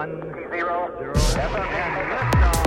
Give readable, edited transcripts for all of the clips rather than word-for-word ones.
zero. And liftoff.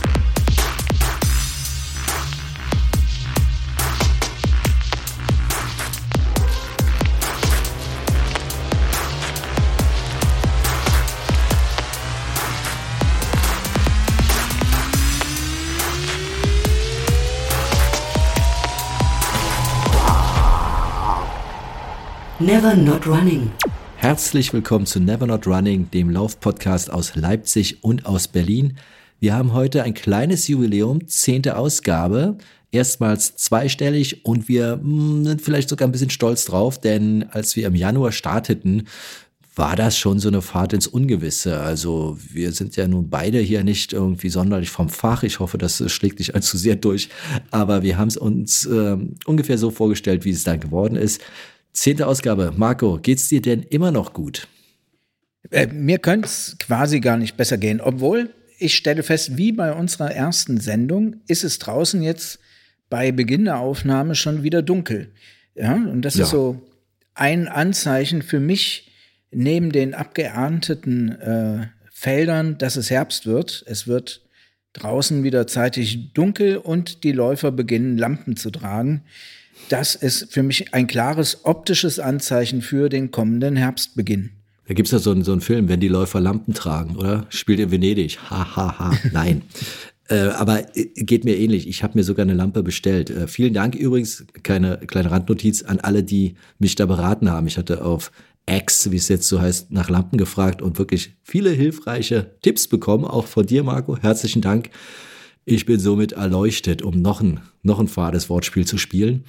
Never Not Running. Herzlich willkommen zu Never Not Running, dem Laufpodcast aus Leipzig und aus Berlin. Wir haben heute ein kleines Jubiläum, 10. Ausgabe, erstmals zweistellig und wir sind vielleicht sogar ein bisschen stolz drauf, denn als wir im Januar starteten, war das schon so eine Fahrt ins Ungewisse. Also wir sind ja nun beide hier nicht irgendwie sonderlich vom Fach. Ich hoffe, das schlägt nicht allzu sehr durch, aber wir haben es uns ungefähr so vorgestellt, wie es dann geworden ist. 10. Ausgabe. Marco, geht's dir denn immer noch gut? Mir könnte es quasi gar nicht besser gehen. Obwohl, ich stelle fest, wie bei unserer ersten Sendung, ist es draußen jetzt bei Beginn der Aufnahme schon wieder dunkel. Ja, und das ist so ein Anzeichen für mich, neben den abgeernteten Feldern, dass es Herbst wird. Es wird draußen wieder zeitig dunkel und die Läufer beginnen, Lampen zu tragen. Das ist für mich ein klares optisches Anzeichen für den kommenden Herbstbeginn. Da gibt's ja so einen Film, wenn die Läufer Lampen tragen, oder? Spielt in Venedig. Ha, ha, ha. Nein. Aber geht mir ähnlich. Ich habe mir sogar eine Lampe bestellt. Vielen Dank übrigens, kleine Randnotiz an alle, die mich da beraten haben. Ich hatte auf X, wie es jetzt so heißt, nach Lampen gefragt und wirklich viele hilfreiche Tipps bekommen. Auch von dir, Marco. Herzlichen Dank. Ich bin somit erleuchtet, um noch ein fades Wortspiel zu spielen.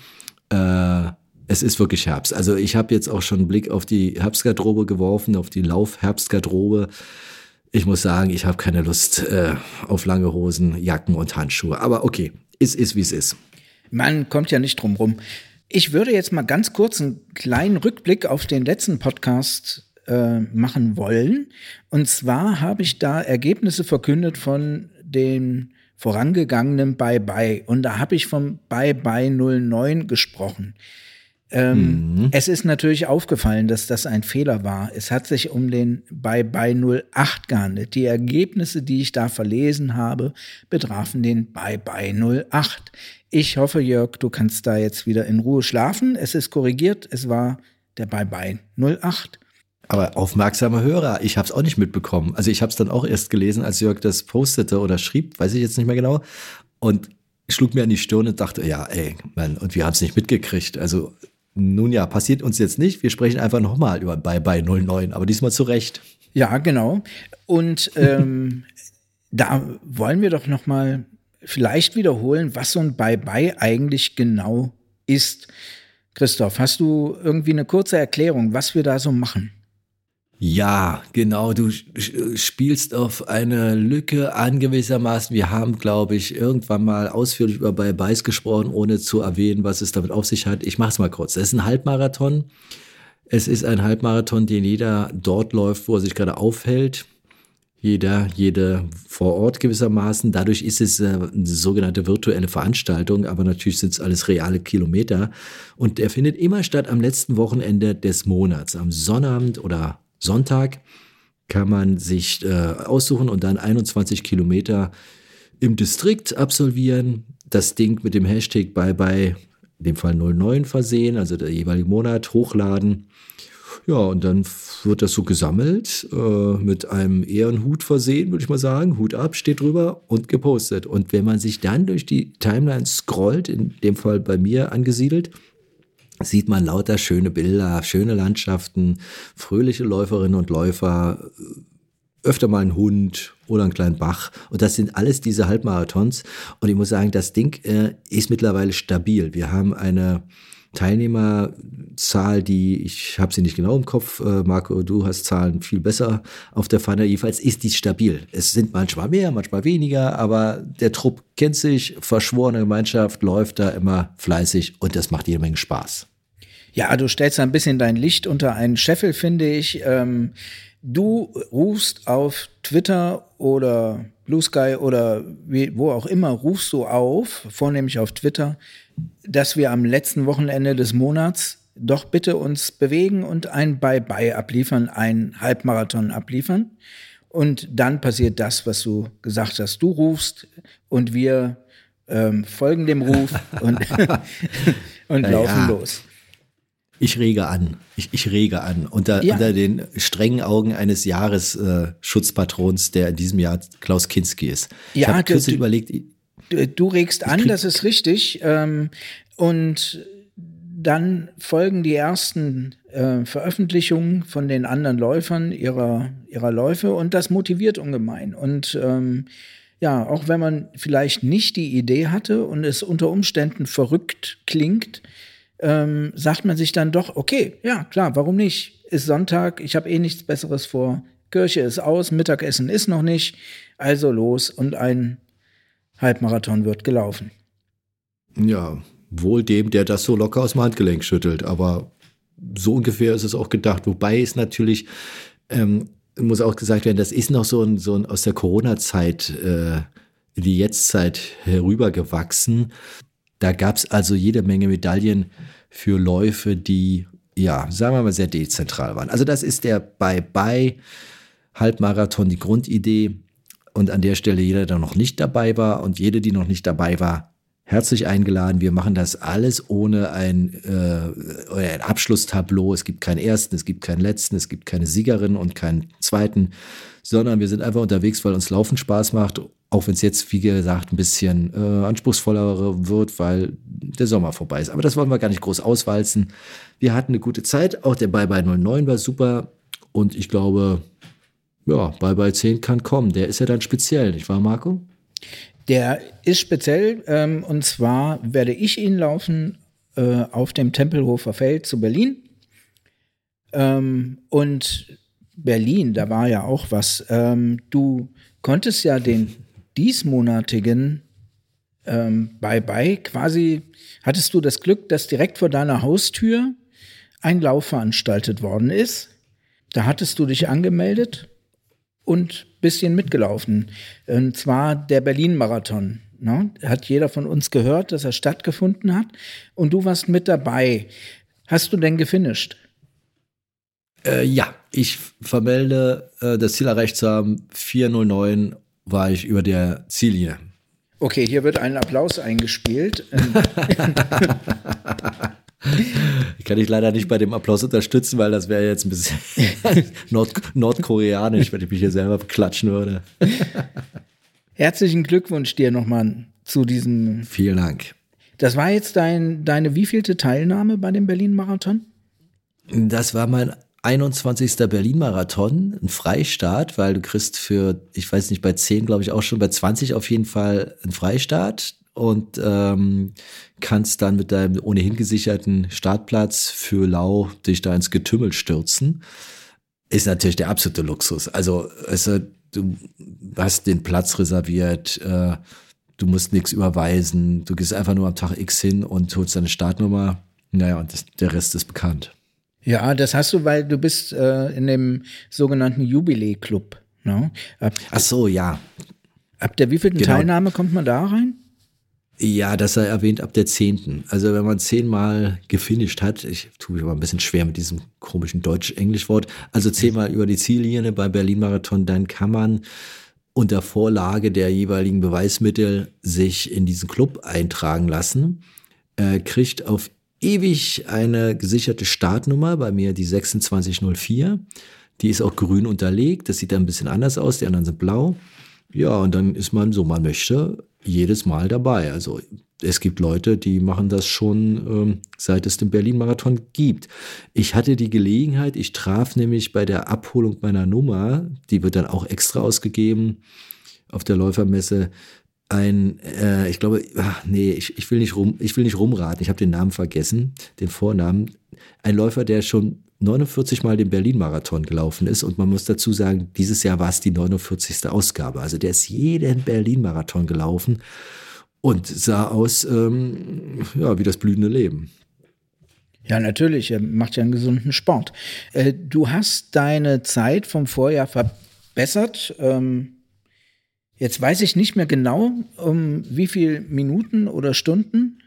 Es ist wirklich Herbst. Also ich habe jetzt auch schon einen Blick auf die Herbstgarderobe geworfen, auf die Lauf-Herbstgarderobe. Ich muss sagen, ich habe keine Lust auf lange Hosen, Jacken und Handschuhe. Aber okay, es ist, wie es ist. Man kommt ja nicht drum rum. Ich würde jetzt mal ganz kurz einen kleinen Rückblick auf den letzten Podcast machen wollen. Und zwar habe ich da Ergebnisse verkündet von den vorangegangenen Bye-Bye. Und da habe ich vom Bye-Bye 09 gesprochen. Es ist natürlich aufgefallen, dass das ein Fehler war. Es hat sich um den Bye-Bye 08 gehandelt. Die Ergebnisse, die ich da verlesen habe, betrafen den Bye-Bye 08. Ich hoffe, Jörg, du kannst da jetzt wieder in Ruhe schlafen. Es ist korrigiert, es war der Bye-Bye 08. Aber aufmerksame Hörer, ich habe es auch nicht mitbekommen. Also ich habe es dann auch erst gelesen, als Jörg das postete oder schrieb, weiß ich jetzt nicht mehr genau. Und schlug mir an die Stirn und dachte, ja, ey, Mann, und wir haben es nicht mitgekriegt. Also nun ja, passiert uns jetzt nicht. Wir sprechen einfach nochmal über Bye-Bye 09, aber diesmal zu Recht. Ja, genau. Und da wollen wir doch nochmal vielleicht wiederholen, was so ein Bye-Bye eigentlich genau ist. Christoph, hast du irgendwie eine kurze Erklärung, was wir da so machen? Ja, genau, du spielst auf eine Lücke an gewissermaßen. Wir haben, glaube ich, irgendwann mal ausführlich über Bye-Byes gesprochen, ohne zu erwähnen, was es damit auf sich hat. Ich mache es mal kurz. Es ist ein Halbmarathon. Es ist ein Halbmarathon, den jeder dort läuft, wo er sich gerade aufhält. Jede vor Ort gewissermaßen. Dadurch ist es eine sogenannte virtuelle Veranstaltung, aber natürlich sind es alles reale Kilometer. Und er findet immer statt am letzten Wochenende des Monats, am Sonnabend oder Sonntag kann man sich aussuchen und dann 21 Kilometer im Distrikt absolvieren. Das Ding mit dem Hashtag Bye-Bye, in dem Fall 09 versehen, also der jeweilige Monat, hochladen. Ja, und dann wird das so gesammelt, mit einem Ehrenhut versehen, würde ich mal sagen. Hut ab, steht drüber und gepostet. Und wenn man sich dann durch die Timeline scrollt, in dem Fall bei mir angesiedelt, sieht man lauter schöne Bilder, schöne Landschaften, fröhliche Läuferinnen und Läufer, öfter mal ein Hund oder einen kleinen Bach. Und das sind alles diese Halbmarathons. Und ich muss sagen, das Ding ist mittlerweile stabil. Wir haben eine Teilnehmerzahl, ich habe sie nicht genau im Kopf, Marco, du hast Zahlen viel besser auf der Pfanne. Jedenfalls ist die stabil. Es sind manchmal mehr, manchmal weniger, aber der Trupp kennt sich, verschworene Gemeinschaft, läuft da immer fleißig und das macht jede Menge Spaß. Ja, du stellst ein bisschen dein Licht unter einen Scheffel, finde ich. Du rufst auf Twitter oder Blue Sky oder wo auch immer, rufst du auf, vornehmlich auf Twitter, dass wir am letzten Wochenende des Monats doch bitte uns bewegen und ein Bye-Bye abliefern, ein Halbmarathon abliefern. Und dann passiert das, was du gesagt hast. Du rufst und wir folgen dem Ruf und laufen los. Ich rege an. Ich rege an. Unter den strengen Augen eines Jahresschutzpatrons, der in diesem Jahr Klaus Kinski ist. Ich habe kürzlich überlegt. Du regst an, das ist richtig. Und dann folgen die ersten Veröffentlichungen von den anderen Läufern ihrer Läufe und das motiviert ungemein. Und auch wenn man vielleicht nicht die Idee hatte und es unter Umständen verrückt klingt, sagt man sich dann doch, okay, ja klar, warum nicht? Ist Sonntag, ich habe nichts Besseres vor, Kirche ist aus, Mittagessen ist noch nicht, also los und ein Halbmarathon wird gelaufen. Ja, wohl dem, der das so locker aus dem Handgelenk schüttelt, aber so ungefähr ist es auch gedacht. Wobei es natürlich, muss auch gesagt werden, das ist noch so ein aus der Corona-Zeit in die Jetztzeit herübergewachsen. Da gab es also jede Menge Medaillen für Läufe, die, sagen wir mal, sehr dezentral waren. Also das ist der Bye-Bye-Halbmarathon, die Grundidee. Und an der Stelle jeder, der noch nicht dabei war und jede, die noch nicht dabei war, herzlich eingeladen. Wir machen das alles ohne ein Abschlusstableau. Es gibt keinen ersten, es gibt keinen letzten, es gibt keine Siegerin und keinen zweiten, sondern wir sind einfach unterwegs, weil uns Laufen Spaß macht. Auch wenn es jetzt, wie gesagt, ein bisschen anspruchsvoller wird, weil der Sommer vorbei ist. Aber das wollen wir gar nicht groß auswalzen. Wir hatten eine gute Zeit. Auch der Bye-Bye 09 war super. Und ich glaube, Bye-Bye 10 kann kommen. Der ist ja dann speziell, nicht wahr, Marco? Der ist speziell. Und zwar werde ich ihn laufen auf dem Tempelhofer Feld zu Berlin. Und Berlin, da war ja auch was. Du konntest ja den diesmonatigen Bye-Bye quasi, hattest du das Glück, dass direkt vor deiner Haustür ein Lauf veranstaltet worden ist. Da hattest du dich angemeldet und ein bisschen mitgelaufen. Und zwar der Berlin-Marathon. Ne? Hat jeder von uns gehört, dass er stattgefunden hat. Und du warst mit dabei. Hast du denn gefinisht? Ja, ich vermelde, das Ziel erreicht zu haben. 4:09 war ich über der Ziellinie. Okay, hier wird ein Applaus eingespielt. Kann ich leider nicht bei dem Applaus unterstützen, weil das wäre jetzt ein bisschen nordkoreanisch, wenn ich mich hier selber klatschen würde. Herzlichen Glückwunsch dir nochmal zu diesem. Vielen Dank. Das war jetzt deine wievielte Teilnahme bei dem Berlin-Marathon? Das war mein 21. Berlin-Marathon, ein Freistart, weil du kriegst für, ich weiß nicht, bei 10 glaube ich auch schon, bei 20 auf jeden Fall einen Freistart und kannst dann mit deinem ohnehin gesicherten Startplatz für Lau dich da ins Getümmel stürzen. Ist natürlich der absolute Luxus. Also du hast den Platz reserviert, du musst nichts überweisen, du gehst einfach nur am Tag X hin und holst deine Startnummer. Naja, und der Rest ist bekannt. Ja, das hast du, weil du bist in dem sogenannten Jubilee-Club. Ne? Ach so, ja. Ab der wievielten Teilnahme kommt man da rein? Ja, das sei erwähnt ab der 10. Also wenn man 10-mal gefinisht hat, ich tue mich aber ein bisschen schwer mit diesem komischen Deutsch-Englisch-Wort, also 10-mal über die Ziellinie beim Berlin-Marathon, dann kann man unter Vorlage der jeweiligen Beweismittel sich in diesen Club eintragen lassen, kriegt auf ewig eine gesicherte Startnummer, bei mir die 2604. Die ist auch grün unterlegt, das sieht dann ein bisschen anders aus, die anderen sind blau. Ja, und dann ist man, so man möchte, jedes Mal dabei. Also es gibt Leute, die machen das schon, seit es den Berlin-Marathon gibt. Ich hatte die Gelegenheit, ich traf nämlich bei der Abholung meiner Nummer, die wird dann auch extra ausgegeben auf der Läufermesse, ich glaube, ich will nicht rumraten, ich habe den Namen vergessen, den Vornamen. Ein Läufer, der schon 49 Mal den Berlin-Marathon gelaufen ist und man muss dazu sagen, dieses Jahr war es die 49. Ausgabe. Also der ist jeden Berlin-Marathon gelaufen und sah aus wie das blühende Leben. Ja, natürlich, er macht ja einen gesunden Sport. Du hast deine Zeit vom Vorjahr verbessert. Jetzt weiß ich nicht mehr genau, um wie viele Minuten oder Stunden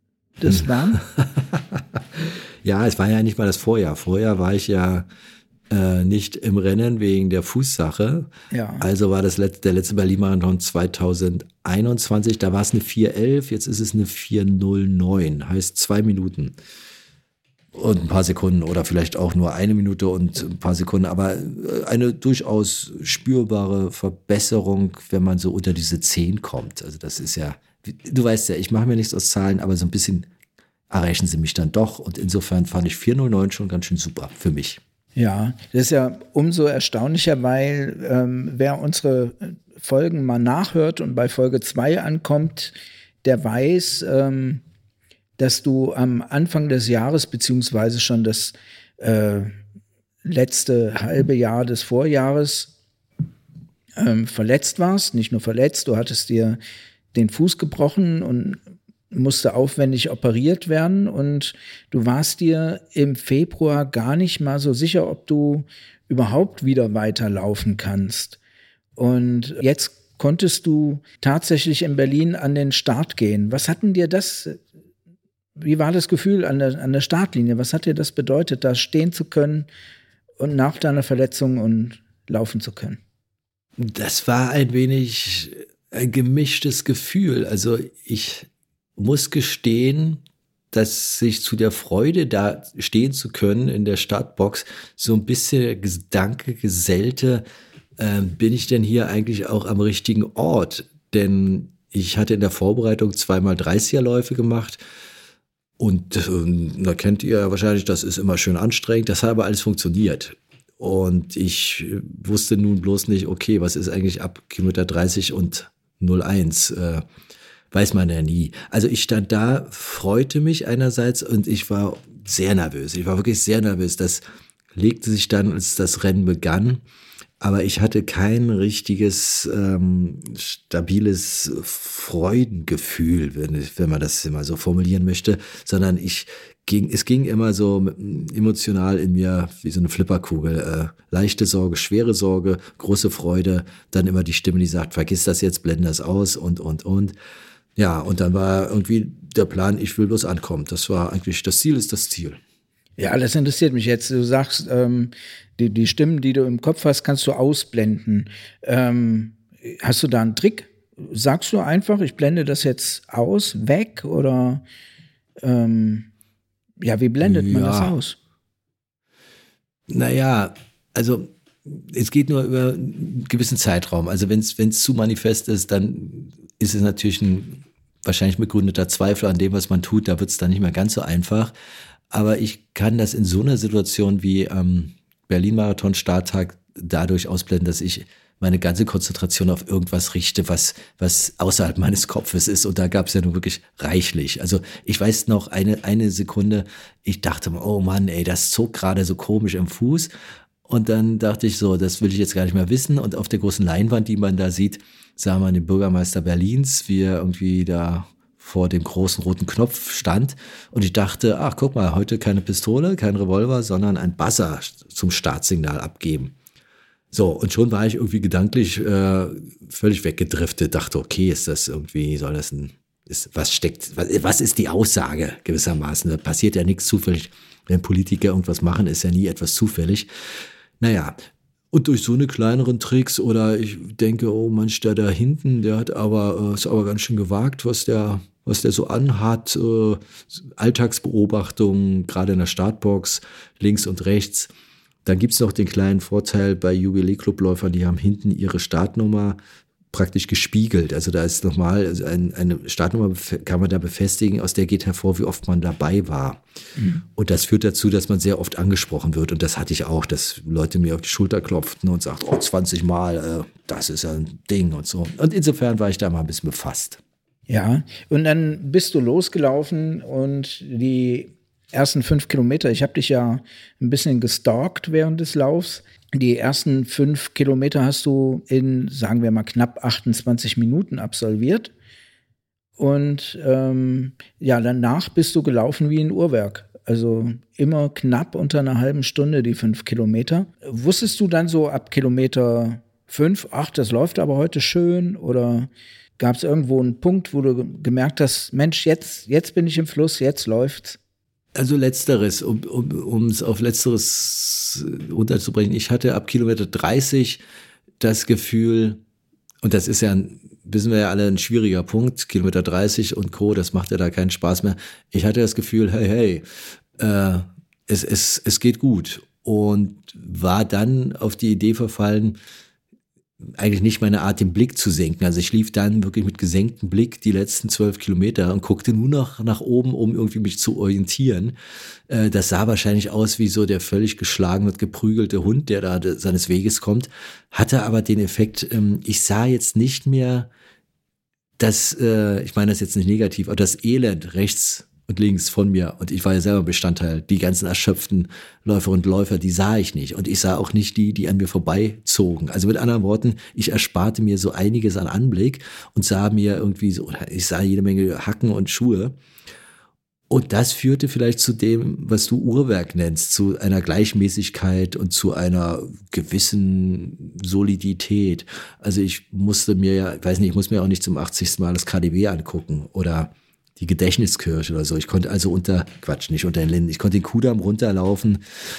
das waren. Ja, es war ja nicht mal das Vorjahr. Vorjahr war ich ja nicht im Rennen wegen der Fußsache. Ja. Also war der letzte Berlin-Marathon 2021, da war es eine 4:11, jetzt ist es eine 4:09, heißt 2 Minuten und ein paar Sekunden oder vielleicht auch nur 1 Minute und ein paar Sekunden, aber eine durchaus spürbare Verbesserung, wenn man so unter diese 10 kommt. Also das ist ja, du weißt ja, ich mache mir nichts aus Zahlen, aber so ein bisschen erreichen sie mich dann doch und insofern fand ich 4:09 schon ganz schön super für mich. Ja, das ist ja umso erstaunlicher, weil wer unsere Folgen mal nachhört und bei Folge 2 ankommt, der weiß, dass du am Anfang des Jahres beziehungsweise schon das letzte halbe Jahr des Vorjahres verletzt warst. Nicht nur verletzt, du hattest dir den Fuß gebrochen und musste aufwendig operiert werden und du warst dir im Februar gar nicht mal so sicher, ob du überhaupt wieder weiterlaufen kannst. Und jetzt konntest du tatsächlich in Berlin an den Start gehen. Was hat denn dir das, wie war das Gefühl an der Startlinie? Was hat dir das bedeutet, da stehen zu können und nach deiner Verletzung und laufen zu können? Das war ein wenig ein gemischtes Gefühl. Also ich muss gestehen, dass sich zu der Freude, da stehen zu können in der Startbox, so ein bisschen der Gedanke gesellte, bin ich denn hier eigentlich auch am richtigen Ort? Denn ich hatte in der Vorbereitung 2x 30er-Läufe gemacht und da kennt ihr wahrscheinlich, das ist immer schön anstrengend, das hat aber alles funktioniert. Und ich wusste nun bloß nicht, okay, was ist eigentlich ab Kilometer 30 und 01? Weiß man ja nie. Also ich stand da, freute mich einerseits und ich war sehr nervös. Ich war wirklich sehr nervös. Das legte sich dann, als das Rennen begann. Aber ich hatte kein richtiges, stabiles Freudengefühl, wenn man das immer so formulieren möchte, sondern es ging immer so emotional in mir wie so eine Flipperkugel. Leichte Sorge, schwere Sorge, große Freude, dann immer die Stimme, die sagt, vergiss das jetzt, blende das aus und. Ja, und dann war irgendwie der Plan, ich will bloß ankommen. Das war eigentlich, das Ziel ist das Ziel. Ja, das interessiert mich jetzt. Du sagst, die Stimmen, die du im Kopf hast, kannst du ausblenden. Hast du da einen Trick? Sagst du einfach, ich blende das jetzt aus, weg oder wie blendet man das aus? Naja, also es geht nur über einen gewissen Zeitraum. Also wenn es zu manifest ist, dann ist es natürlich ein wahrscheinlich begründeter Zweifel an dem, was man tut. Da wird es dann nicht mehr ganz so einfach. Aber ich kann das in so einer Situation wie am Berlin-Marathon-Starttag dadurch ausblenden, dass ich meine ganze Konzentration auf irgendwas richte, was außerhalb meines Kopfes ist. Und da gab es ja nun wirklich reichlich. Also ich weiß noch eine Sekunde, ich dachte, oh Mann, ey, das zog gerade so komisch im Fuß. Und dann dachte ich so, das will ich jetzt gar nicht mehr wissen. Und auf der großen Leinwand, die man da sieht, sah man den Bürgermeister Berlins, wie er irgendwie da vor dem großen roten Knopf stand. Und ich dachte, ach, guck mal, heute keine Pistole, kein Revolver, sondern ein Buzzer zum Startsignal abgeben. So, und schon war ich irgendwie gedanklich völlig weggedriftet, dachte, okay, ist das irgendwie, soll das was ist die Aussage gewissermaßen? Da passiert ja nichts zufällig. Wenn Politiker irgendwas machen, ist ja nie etwas zufällig. Naja, und durch so eine kleineren Tricks oder ich denke, oh Mensch, der da hinten, der hat aber, ist aber ganz schön gewagt, was der so anhat, Alltagsbeobachtungen, gerade in der Startbox, links und rechts. Dann gibt's noch den kleinen Vorteil bei Jubiläe-Clubläufern, die haben hinten ihre Startnummer praktisch gespiegelt. Also da ist nochmal, also eine Startnummer kann man da befestigen, aus der geht hervor, wie oft man dabei war. Mhm. Und das führt dazu, dass man sehr oft angesprochen wird. Und das hatte ich auch, dass Leute mir auf die Schulter klopften und sagten, oh, 20 Mal, das ist ja ein Ding und so. Und insofern war ich da mal ein bisschen befasst. Ja, und dann bist du losgelaufen und die ersten 5 Kilometer, ich habe dich ja ein bisschen gestalkt während des Laufs. Die ersten 5 Kilometer hast du in, sagen wir mal, knapp 28 Minuten absolviert. Und danach bist du gelaufen wie ein Uhrwerk. Also immer knapp unter einer halben Stunde die 5 Kilometer. Wusstest du dann so ab Kilometer 5, ach, das läuft aber heute schön? Oder gab es irgendwo einen Punkt, wo du gemerkt hast, Mensch, jetzt bin ich im Fluss, jetzt läuft's? Also letzteres, um es auf letzteres runterzubringen. Ich hatte ab Kilometer 30 das Gefühl, und das ist ja, wissen wir ja alle, ein schwieriger Punkt, Kilometer 30 und Co., das macht ja da keinen Spaß mehr. Ich hatte das Gefühl, hey, es geht gut. Und war dann auf die Idee verfallen, eigentlich nicht meine Art, den Blick zu senken. Also ich lief dann wirklich mit gesenktem Blick die letzten 12 Kilometer und guckte nur noch nach oben, um irgendwie mich zu orientieren. Das sah wahrscheinlich aus wie so der völlig geschlagene und geprügelte Hund, der da seines Weges kommt, hatte aber den Effekt, ich sah jetzt nicht mehr das, ich meine das jetzt nicht negativ, aber das Elend rechts und links von mir, und ich war ja selber Bestandteil, die ganzen erschöpften Läuferinnen und Läufer, die sah ich nicht. Und ich sah auch nicht die an mir vorbeizogen. Also mit anderen Worten, ich ersparte mir so einiges an Anblick und sah mir irgendwie so, ich sah jede Menge Hacken und Schuhe. Und das führte vielleicht zu dem, was du Uhrwerk nennst, zu einer Gleichmäßigkeit und zu einer gewissen Solidität. Also ich musste mir ja, ich weiß nicht, ich muss mir auch nicht zum 80. Mal das KDW angucken oder die Gedächtniskirche oder so. Ich konnte also nicht unter den Linden, ich konnte den Kudamm runterlaufen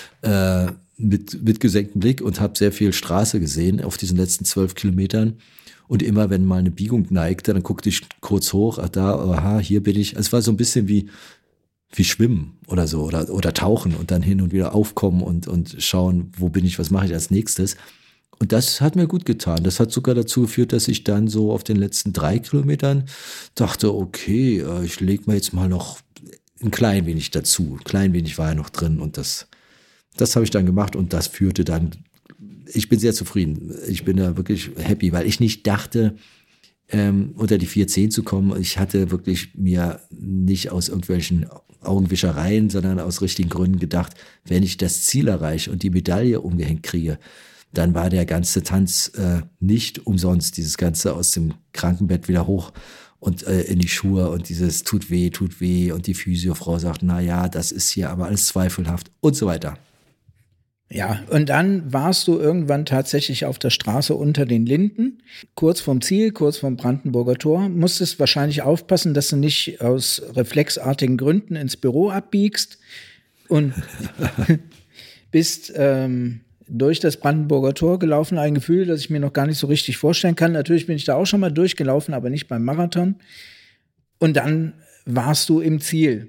mit gesenktem Blick und habe sehr viel Straße gesehen auf diesen letzten 12 Kilometern. Und immer, wenn mal eine Biegung neigte, dann guckte ich kurz hoch, aha, hier bin ich. Also es war so ein bisschen wie Schwimmen oder so oder Tauchen und dann hin und wieder aufkommen und schauen, wo bin ich, was mache ich als nächstes. Und das hat mir gut getan. Das hat sogar dazu geführt, dass ich dann so auf den letzten 3 Kilometern dachte, okay, ich lege mir jetzt mal noch ein klein wenig dazu. Ein klein wenig war ja noch drin und das habe ich dann gemacht und das führte dann, ich bin sehr zufrieden. Ich bin da wirklich happy, weil ich nicht dachte, unter die 4:10 zu kommen. Ich hatte wirklich mir nicht aus irgendwelchen Augenwischereien, sondern aus richtigen Gründen gedacht, wenn ich das Ziel erreiche und die Medaille umgehängt kriege, dann war der ganze Tanz nicht umsonst, dieses Ganze aus dem Krankenbett wieder hoch und in die Schuhe und dieses tut weh und die Physiofrau sagt, na ja, das ist hier aber alles zweifelhaft und so weiter. Ja, und dann warst du irgendwann tatsächlich auf der Straße unter den Linden, kurz vorm Ziel, kurz vorm Brandenburger Tor. Musstest wahrscheinlich aufpassen, dass du nicht aus reflexartigen Gründen ins Büro abbiegst und bist durch das Brandenburger Tor gelaufen. Ein Gefühl, das ich mir noch gar nicht so richtig vorstellen kann. Natürlich bin ich da auch schon mal durchgelaufen, aber nicht beim Marathon. Und dann warst du im Ziel.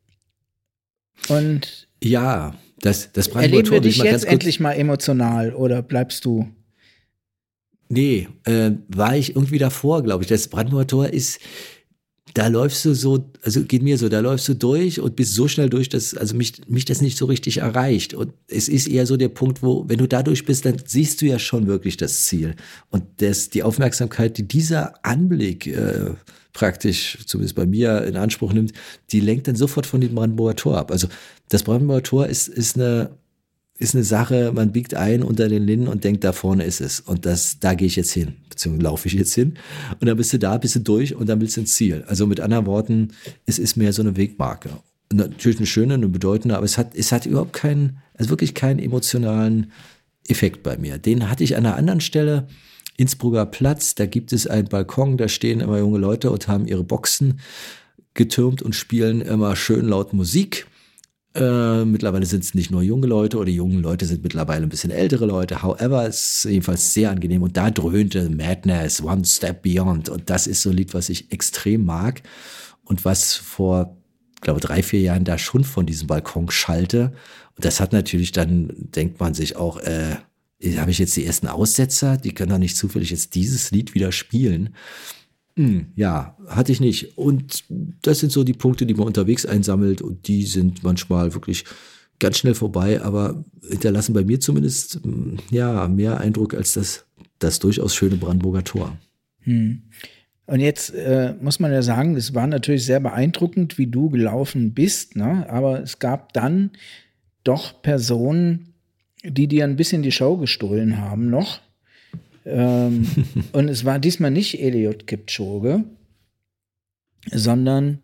Und ja, das Brandenburger Tor. Erleben wir dich jetzt endlich mal emotional oder bleibst du? Nee, war ich irgendwie davor, glaube ich. Das Brandenburger Tor ist, da läufst du so, also geht mir so, da läufst du durch und bist so schnell durch, dass also mich das nicht so richtig erreicht. Und es ist eher so der Punkt, wo, wenn du da durch bist, dann siehst du ja schon wirklich das Ziel. Und die Aufmerksamkeit, die dieser Anblick praktisch, zumindest bei mir, in Anspruch nimmt, die lenkt dann sofort von dem Brandenburger Tor ab. Also das Brandenburger Tor ist eine Sache, man biegt ein unter den Linden und denkt, da vorne ist es. Und da gehe ich jetzt hin, beziehungsweise laufe ich jetzt hin. Und dann bist du da, bist du durch und dann willst du ins Ziel. Also mit anderen Worten, es ist mehr so eine Wegmarke. Und natürlich eine schöne, eine bedeutende, aber es hat überhaupt wirklich keinen emotionalen Effekt bei mir. Den hatte ich an einer anderen Stelle, Innsbrucker Platz, da gibt es einen Balkon, da stehen immer junge Leute und haben ihre Boxen getürmt und spielen immer schön laut Musik. Mittlerweile sind es nicht nur junge Leute oder die jungen Leute sind mittlerweile ein bisschen ältere Leute. However, es ist jedenfalls sehr angenehm. Und da dröhnte Madness, One Step Beyond. Und das ist so ein Lied, was ich extrem mag und was vor, glaube 3-4 Jahren da schon von diesem Balkon schallte. Und das hat natürlich dann, denkt man sich auch, habe ich jetzt die ersten Aussetzer? Die können doch nicht zufällig jetzt dieses Lied wieder spielen. Ja, hatte ich nicht. Und das sind so die Punkte, die man unterwegs einsammelt und die sind manchmal wirklich ganz schnell vorbei, aber hinterlassen bei mir zumindest ja mehr Eindruck als das durchaus schöne Brandenburger Tor. Und jetzt muss man ja sagen, es war natürlich sehr beeindruckend, wie du gelaufen bist, ne? Aber es gab dann doch Personen, die dir ein bisschen die Show gestohlen haben noch. Und es war diesmal nicht Eliud Kipchoge, sondern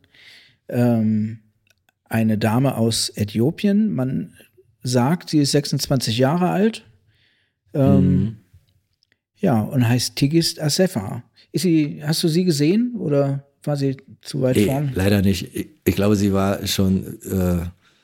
eine Dame aus Äthiopien. Man sagt, sie ist 26 Jahre alt. Ja, und heißt Tigist Assefa. Hast du sie gesehen oder war sie zu weit vorn? Leider nicht. Ich glaube, sie war schon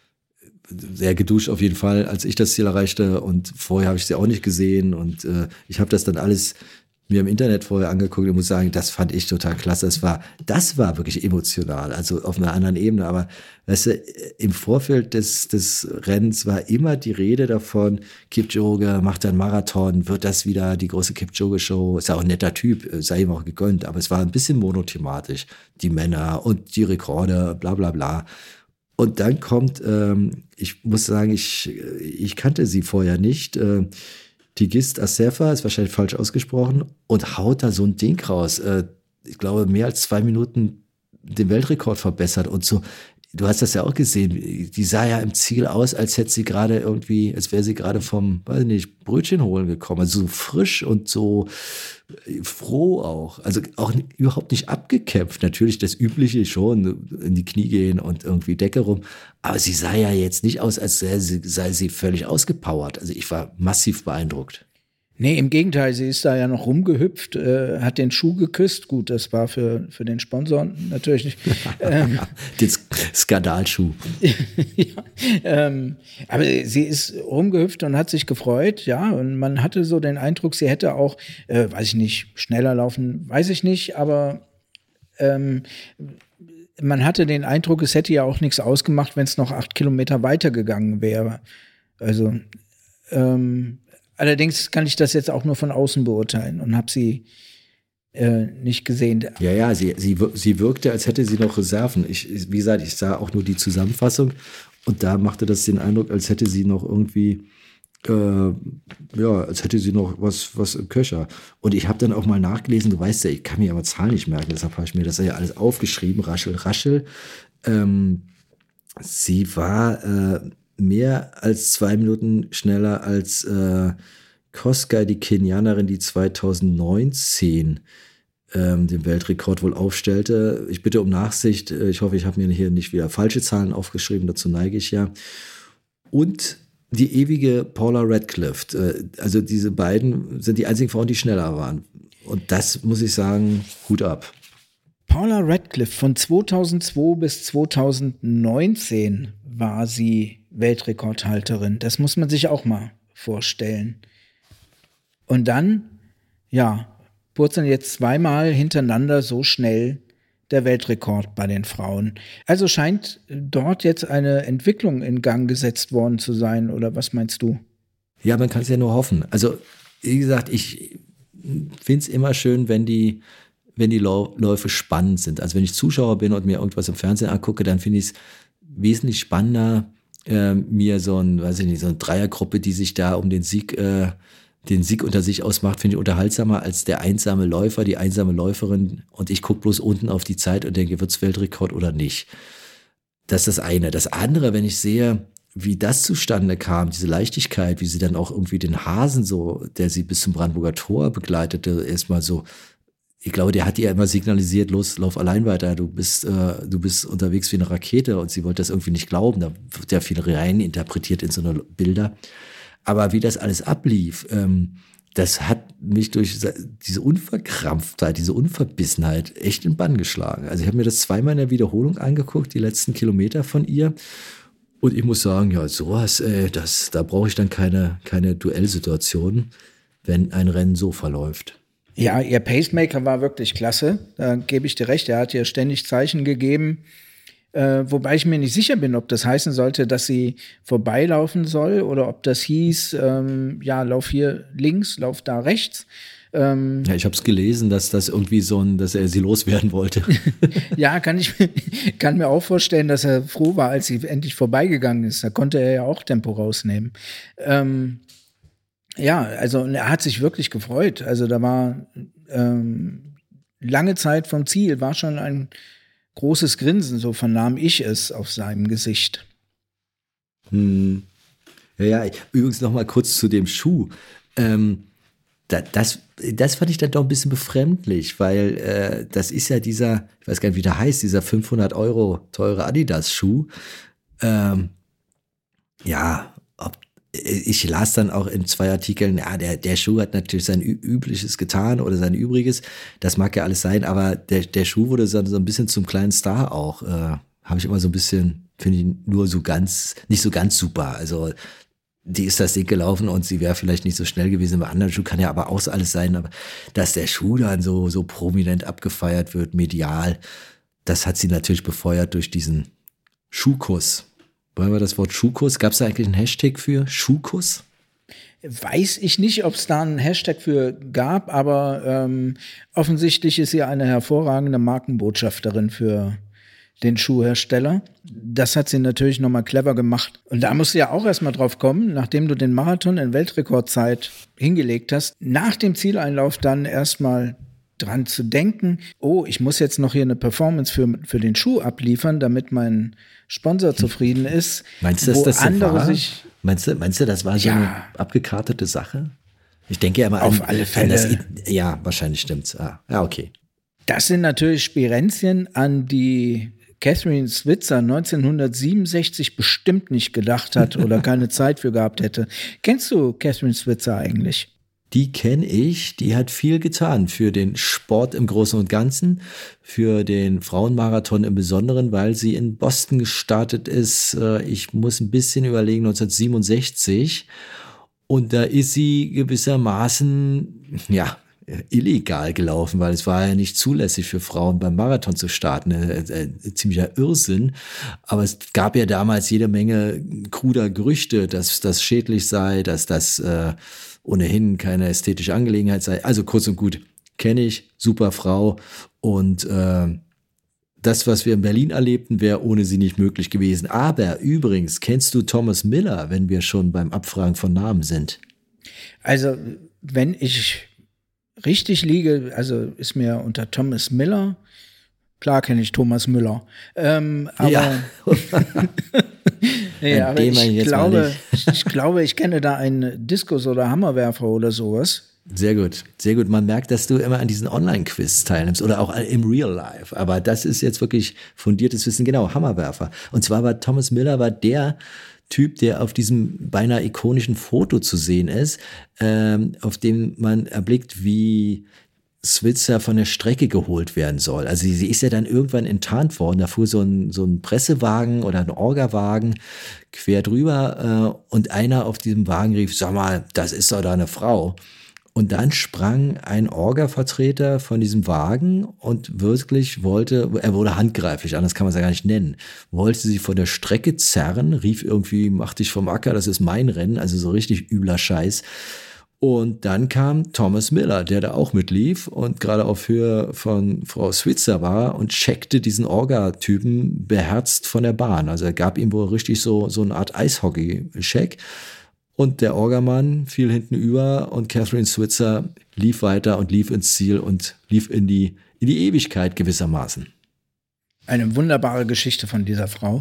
sehr geduscht auf jeden Fall, als ich das Ziel erreichte. Und vorher habe ich sie auch nicht gesehen. Und ich habe das dann alles mir im Internet vorher angeguckt und muss sagen, das fand ich total klasse. Das war wirklich emotional, also auf einer anderen Ebene. Aber weißt du, im Vorfeld des Rennens war immer die Rede davon, Kipchoge macht einen Marathon, wird das wieder die große Kipchoge-Show. Ist ja auch ein netter Typ, sei ihm auch gegönnt. Aber es war ein bisschen monothematisch. Die Männer und die Rekorde, bla bla bla. Und dann kommt, ich muss sagen, ich kannte sie vorher nicht, Tigist Assefa, ist wahrscheinlich falsch ausgesprochen, und haut da so ein Ding raus. Ich glaube, mehr als 2 Minuten den Weltrekord verbessert und so. Du hast das ja auch gesehen. Die sah ja im Ziel aus, als hätte sie gerade irgendwie, als wäre sie gerade vom, weiß nicht, Brötchen holen gekommen. Also so frisch und so froh auch. Also auch überhaupt nicht abgekämpft. Natürlich das Übliche schon, in die Knie gehen und irgendwie Decke rum. Aber sie sah ja jetzt nicht aus, als sei sie völlig ausgepowert. Also ich war massiv beeindruckt. Nee, im Gegenteil, sie ist da ja noch rumgehüpft, hat den Schuh geküsst. Gut, das war für den Sponsor natürlich nicht. Den Skandalschuh. Ja, aber sie ist rumgehüpft und hat sich gefreut, ja. Und man hatte so den Eindruck, sie hätte auch, weiß ich nicht, schneller laufen, weiß ich nicht, aber man hatte den Eindruck, es hätte ja auch nichts ausgemacht, wenn es noch 8 Kilometer weitergegangen wäre. Also, allerdings kann ich das jetzt auch nur von außen beurteilen und habe sie nicht gesehen. Ja, sie wirkte, als hätte sie noch Reserven. Wie gesagt, ich sah auch nur die Zusammenfassung und da machte das den Eindruck, als hätte sie noch irgendwie, als hätte sie noch was im Köcher. Und ich habe dann auch mal nachgelesen, du weißt ja, ich kann mir aber Zahlen nicht merken, deshalb habe ich mir das ja alles aufgeschrieben, raschel. Sie war mehr als 2 Minuten schneller als Kosgei, die Kenianerin, die 2019 den Weltrekord wohl aufstellte. Ich bitte um Nachsicht. Ich hoffe, ich habe mir hier nicht wieder falsche Zahlen aufgeschrieben. Dazu neige ich ja. Und die ewige Paula Radcliffe. Also diese beiden sind die einzigen Frauen, die schneller waren. Und das muss ich sagen, Hut ab. Paula Radcliffe von 2002 bis 2019 war sie Weltrekordhalterin. Das muss man sich auch mal vorstellen. Und dann, purzeln jetzt zweimal hintereinander so schnell der Weltrekord bei den Frauen. Also scheint dort jetzt eine Entwicklung in Gang gesetzt worden zu sein, oder was meinst du? Ja, man kann es ja nur hoffen. Also, wie gesagt, ich finde es immer schön, wenn die Läufe spannend sind. Also wenn ich Zuschauer bin und mir irgendwas im Fernsehen angucke, dann finde ich es wesentlich spannender, mir so eine Dreiergruppe, die sich da um den Sieg unter sich ausmacht, finde ich unterhaltsamer als der einsame Läufer, die einsame Läuferin, und ich gucke bloß unten auf die Zeit und denke, wird's Weltrekord oder nicht. Das ist das eine. Das andere, wenn ich sehe, wie das zustande kam, diese Leichtigkeit, wie sie dann auch irgendwie den Hasen so, der sie bis zum Brandenburger Tor begleitete, erstmal so, ich glaube, der hat ihr immer signalisiert, los, lauf allein weiter, du bist unterwegs wie eine Rakete, und sie wollte das irgendwie nicht glauben, da wird ja viel rein interpretiert in so eine Bilder. Aber wie das alles ablief, das hat mich durch diese Unverkrampftheit, diese Unverbissenheit echt in den Bann geschlagen. Also ich habe mir das zweimal in der Wiederholung angeguckt, die letzten Kilometer von ihr. Und ich muss sagen, ja, sowas, da brauche ich dann keine Duellsituation, wenn ein Rennen so verläuft. Ja, ihr Pacemaker war wirklich klasse. Da gebe ich dir recht. Er hat ihr ständig Zeichen gegeben. Wobei ich mir nicht sicher bin, ob das heißen sollte, dass sie vorbeilaufen soll oder ob das hieß, lauf hier links, lauf da rechts. Ja, ich habe es gelesen, dass das irgendwie dass er sie loswerden wollte. Ja, kann mir auch vorstellen, dass er froh war, als sie endlich vorbeigegangen ist. Da konnte er ja auch Tempo rausnehmen. Also er hat sich wirklich gefreut. Also da war lange Zeit vom Ziel, war schon ein großes Grinsen, so vernahm ich es auf seinem Gesicht. Ja, übrigens noch mal kurz zu dem Schuh. Das fand ich dann doch ein bisschen befremdlich, weil das ist ja dieser, ich weiß gar nicht, wie der heißt, dieser 500 € teure Adidas-Schuh. Ich las dann auch in 2 Artikeln, der Schuh hat natürlich sein Übliches getan oder sein Übriges. Das mag ja alles sein, aber der Schuh wurde so ein bisschen zum kleinen Star auch. Habe ich immer so ein bisschen finde ich nur nicht so ganz super. Also die ist das dick gelaufen und sie wäre vielleicht nicht so schnell gewesen. Bei anderen Schuh kann ja aber auch so alles sein. Aber dass der Schuh dann so prominent abgefeiert wird, medial, das hat sie natürlich befeuert durch diesen Schuhkuss. Wollen wir das Wort Schuhkuss? Gab es da eigentlich einen Hashtag für Schuhkuss? Weiß ich nicht, ob es da einen Hashtag für gab, aber offensichtlich ist sie eine hervorragende Markenbotschafterin für den Schuhhersteller. Das hat sie natürlich nochmal clever gemacht. Und da musst du ja auch erstmal drauf kommen, nachdem du den Marathon in Weltrekordzeit hingelegt hast, nach dem Zieleinlauf dann erstmal dran zu denken, oh, ich muss jetzt noch hier eine Performance für den Schuh abliefern, damit mein Sponsor zufrieden ist. Meinst du, dass das so war? Meinst du, das war so eine abgekartete Sache? Ich denke ja immer auf alle Fälle. Ja, wahrscheinlich stimmt's. Ja, okay. Das sind natürlich Spirenzchen, an die Catherine Switzer 1967 bestimmt nicht gedacht hat oder keine Zeit für gehabt hätte. Kennst du Catherine Switzer eigentlich? Die kenne ich, die hat viel getan für den Sport im Großen und Ganzen, für den Frauenmarathon im Besonderen, weil sie in Boston gestartet ist. Ich muss ein bisschen überlegen, 1967. Und da ist sie gewissermaßen, illegal gelaufen, weil es war ja nicht zulässig für Frauen beim Marathon zu starten. Ziemlicher Irrsinn. Aber es gab ja damals jede Menge kruder Gerüchte, dass das schädlich sei, dass das ohnehin keine ästhetische Angelegenheit sei. Also kurz und gut, kenne ich, super Frau. Und das, was wir in Berlin erlebten, wäre ohne sie nicht möglich gewesen. Aber übrigens, kennst du Thomas Miller, wenn wir schon beim Abfragen von Namen sind? Also, wenn ich richtig liege, also ist mir unter Thomas Miller, klar kenne ich Thomas Müller, aber, ja. ja, aber ich glaube, ich kenne da einen Diskus oder Hammerwerfer oder sowas. Sehr gut, sehr gut. Man merkt, dass du immer an diesen Online-Quiz teilnimmst oder auch im Real Life. Aber das ist jetzt wirklich fundiertes Wissen. Genau, Hammerwerfer. Und zwar war Thomas Miller der Typ, der auf diesem beinahe ikonischen Foto zu sehen ist, auf dem man erblickt, wie Switzer von der Strecke geholt werden soll. Also sie ist ja dann irgendwann enttarnt worden. Da fuhr so ein Pressewagen oder ein Orgawagen quer drüber und einer auf diesem Wagen rief, sag mal, das ist doch da eine Frau. Und dann sprang ein Orga-Vertreter von diesem Wagen und wirklich er wurde handgreiflich, anders kann man es ja gar nicht nennen, wollte sie von der Strecke zerren, rief irgendwie, mach dich vom Acker, das ist mein Rennen, also so richtig übler Scheiß. Und dann kam Thomas Miller, der da auch mitlief und gerade auf Höhe von Frau Switzer war und checkte diesen Orga-Typen beherzt von der Bahn. Also er gab ihm wohl richtig so eine Art Eishockey-Check. Und der Orgamann fiel hinten über und Catherine Switzer lief weiter und lief ins Ziel und lief in die Ewigkeit gewissermaßen. Eine wunderbare Geschichte von dieser Frau.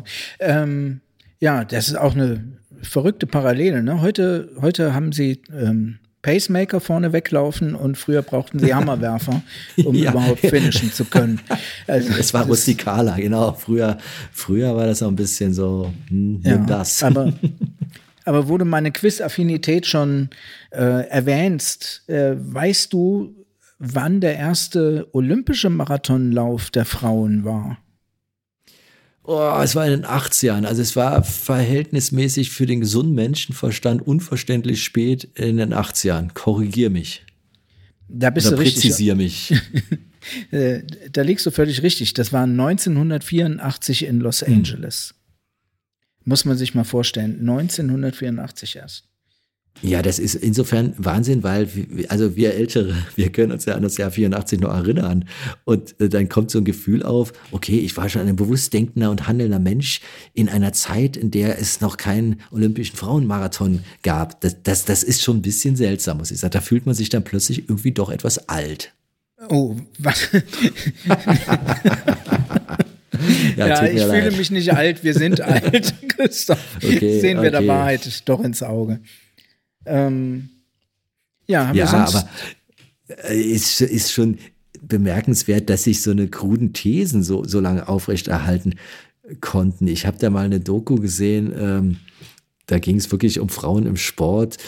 Ja, das ist auch eine verrückte Parallele. Ne? Heute haben sie Pacemaker vorne weglaufen und früher brauchten sie Hammerwerfer, um überhaupt finishen zu können. Also, es war rustikaler, genau. Früher war das auch ein bisschen so, das. Aber wo du meine Quiz-Affinität schon erwähnst, weißt du, wann der erste olympische Marathonlauf der Frauen war? Oh, es war in den 80ern. Also es war verhältnismäßig für den gesunden Menschenverstand unverständlich spät in den 80ern. Korrigier mich. Da bist du richtig. Präzisier mich. Da liegst du völlig richtig. Das war 1984 in Los Angeles. Muss man sich mal vorstellen, 1984 erst. Ja, das ist insofern Wahnsinn, weil wir Ältere, wir können uns ja an das Jahr 84 noch erinnern. Und dann kommt so ein Gefühl auf, okay, ich war schon ein bewusst denkender und handelnder Mensch in einer Zeit, in der es noch keinen olympischen Frauenmarathon gab. Das ist schon ein bisschen seltsam, muss ich sagen. Da fühlt man sich dann plötzlich irgendwie doch etwas alt. Oh, was? Ja, ich fühle mich nicht alt, wir sind alt, Christoph. Okay, sehen wir der Wahrheit doch ins Auge. Haben wir sonst? Aber ist schon bemerkenswert, dass sich so eine kruden Thesen so lange aufrechterhalten konnten. Ich habe da mal eine Doku gesehen, da ging es wirklich um Frauen im Sport,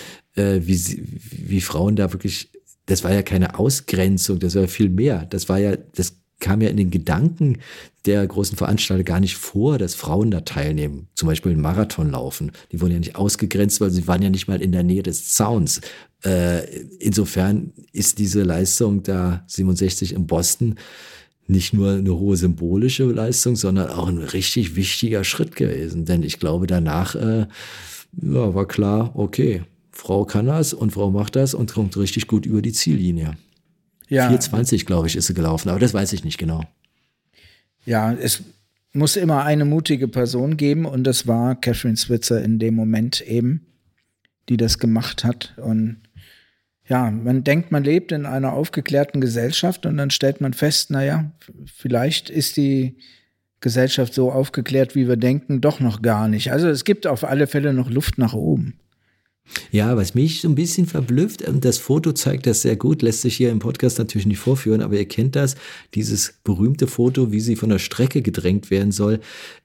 wie Frauen da wirklich, das war ja keine Ausgrenzung, das war ja viel mehr. Das war ja, das kam ja in den Gedanken der großen Veranstalter gar nicht vor, dass Frauen da teilnehmen. Zum Beispiel einen Marathon laufen. Die wurden ja nicht ausgegrenzt, weil sie waren ja nicht mal in der Nähe des Zauns. Insofern ist diese Leistung da 67 in Boston nicht nur eine hohe symbolische Leistung, sondern auch ein richtig wichtiger Schritt gewesen. Denn ich glaube, danach war klar, okay, Frau kann das und Frau macht das und kommt richtig gut über die Ziellinie. Ja. 4,20, glaube ich, ist sie gelaufen, aber das weiß ich nicht genau. Ja, es muss immer eine mutige Person geben und das war Kathrine Switzer in dem Moment eben, die das gemacht hat. Und ja, man denkt, man lebt in einer aufgeklärten Gesellschaft und dann stellt man fest, naja, vielleicht ist die Gesellschaft so aufgeklärt, wie wir denken, doch noch gar nicht. Also es gibt auf alle Fälle noch Luft nach oben. Ja, was mich so ein bisschen verblüfft, das Foto zeigt das sehr gut, lässt sich hier im Podcast natürlich nicht vorführen, aber ihr kennt das, dieses berühmte Foto, wie sie von der Strecke gedrängt werden soll,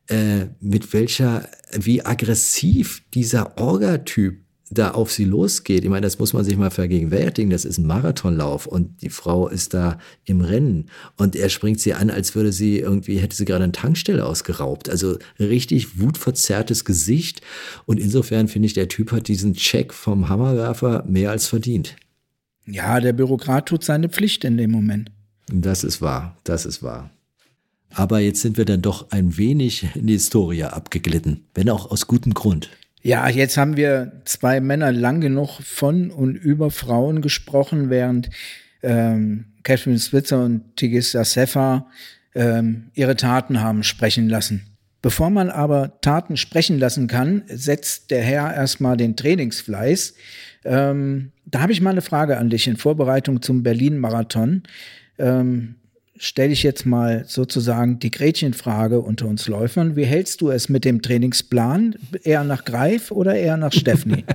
wie aggressiv dieser Orga-Typ da auf sie losgeht. Ich meine, das muss man sich mal vergegenwärtigen. Das ist ein Marathonlauf und die Frau ist da im Rennen und er springt sie an, als hätte sie gerade eine Tankstelle ausgeraubt. Also richtig wutverzerrtes Gesicht und insofern finde ich, der Typ hat diesen Check vom Hammerwerfer mehr als verdient. Ja, der Bürokrat tut seine Pflicht in dem Moment. Das ist wahr, das ist wahr. Aber jetzt sind wir dann doch ein wenig in die Historie abgeglitten, wenn auch aus gutem Grund. Ja, jetzt haben wir zwei Männer lang genug von und über Frauen gesprochen, während Kathrine Switzer und Tigista Sefa ihre Taten haben sprechen lassen. Bevor man aber Taten sprechen lassen kann, setzt der Herr erstmal den Trainingsfleiß. Da habe ich mal eine Frage an dich in Vorbereitung zum Berlin-Marathon. Stelle ich jetzt mal sozusagen die Gretchenfrage unter uns Läufern. Wie hältst du es mit dem Trainingsplan? Eher nach Greif oder eher nach Steffni?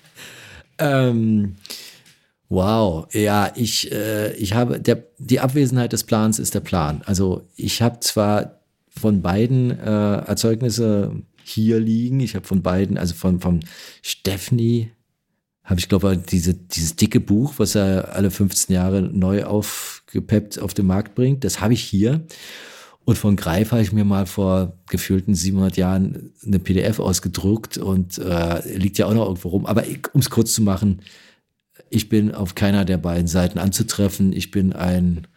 Wow, ja, ich habe, die Abwesenheit des Plans ist der Plan. Also ich habe zwar von beiden Erzeugnisse hier liegen, ich habe von beiden, also vom Steffni habe ich, glaube ich, dieses dicke Buch, was er alle 15 Jahre neu aufgepeppt auf den Markt bringt, das habe ich hier. Und von Greif habe ich mir mal vor gefühlten 700 Jahren eine PDF ausgedruckt und liegt ja auch noch irgendwo rum. Aber um es kurz zu machen, ich bin auf keiner der beiden Seiten anzutreffen. Ich bin ein,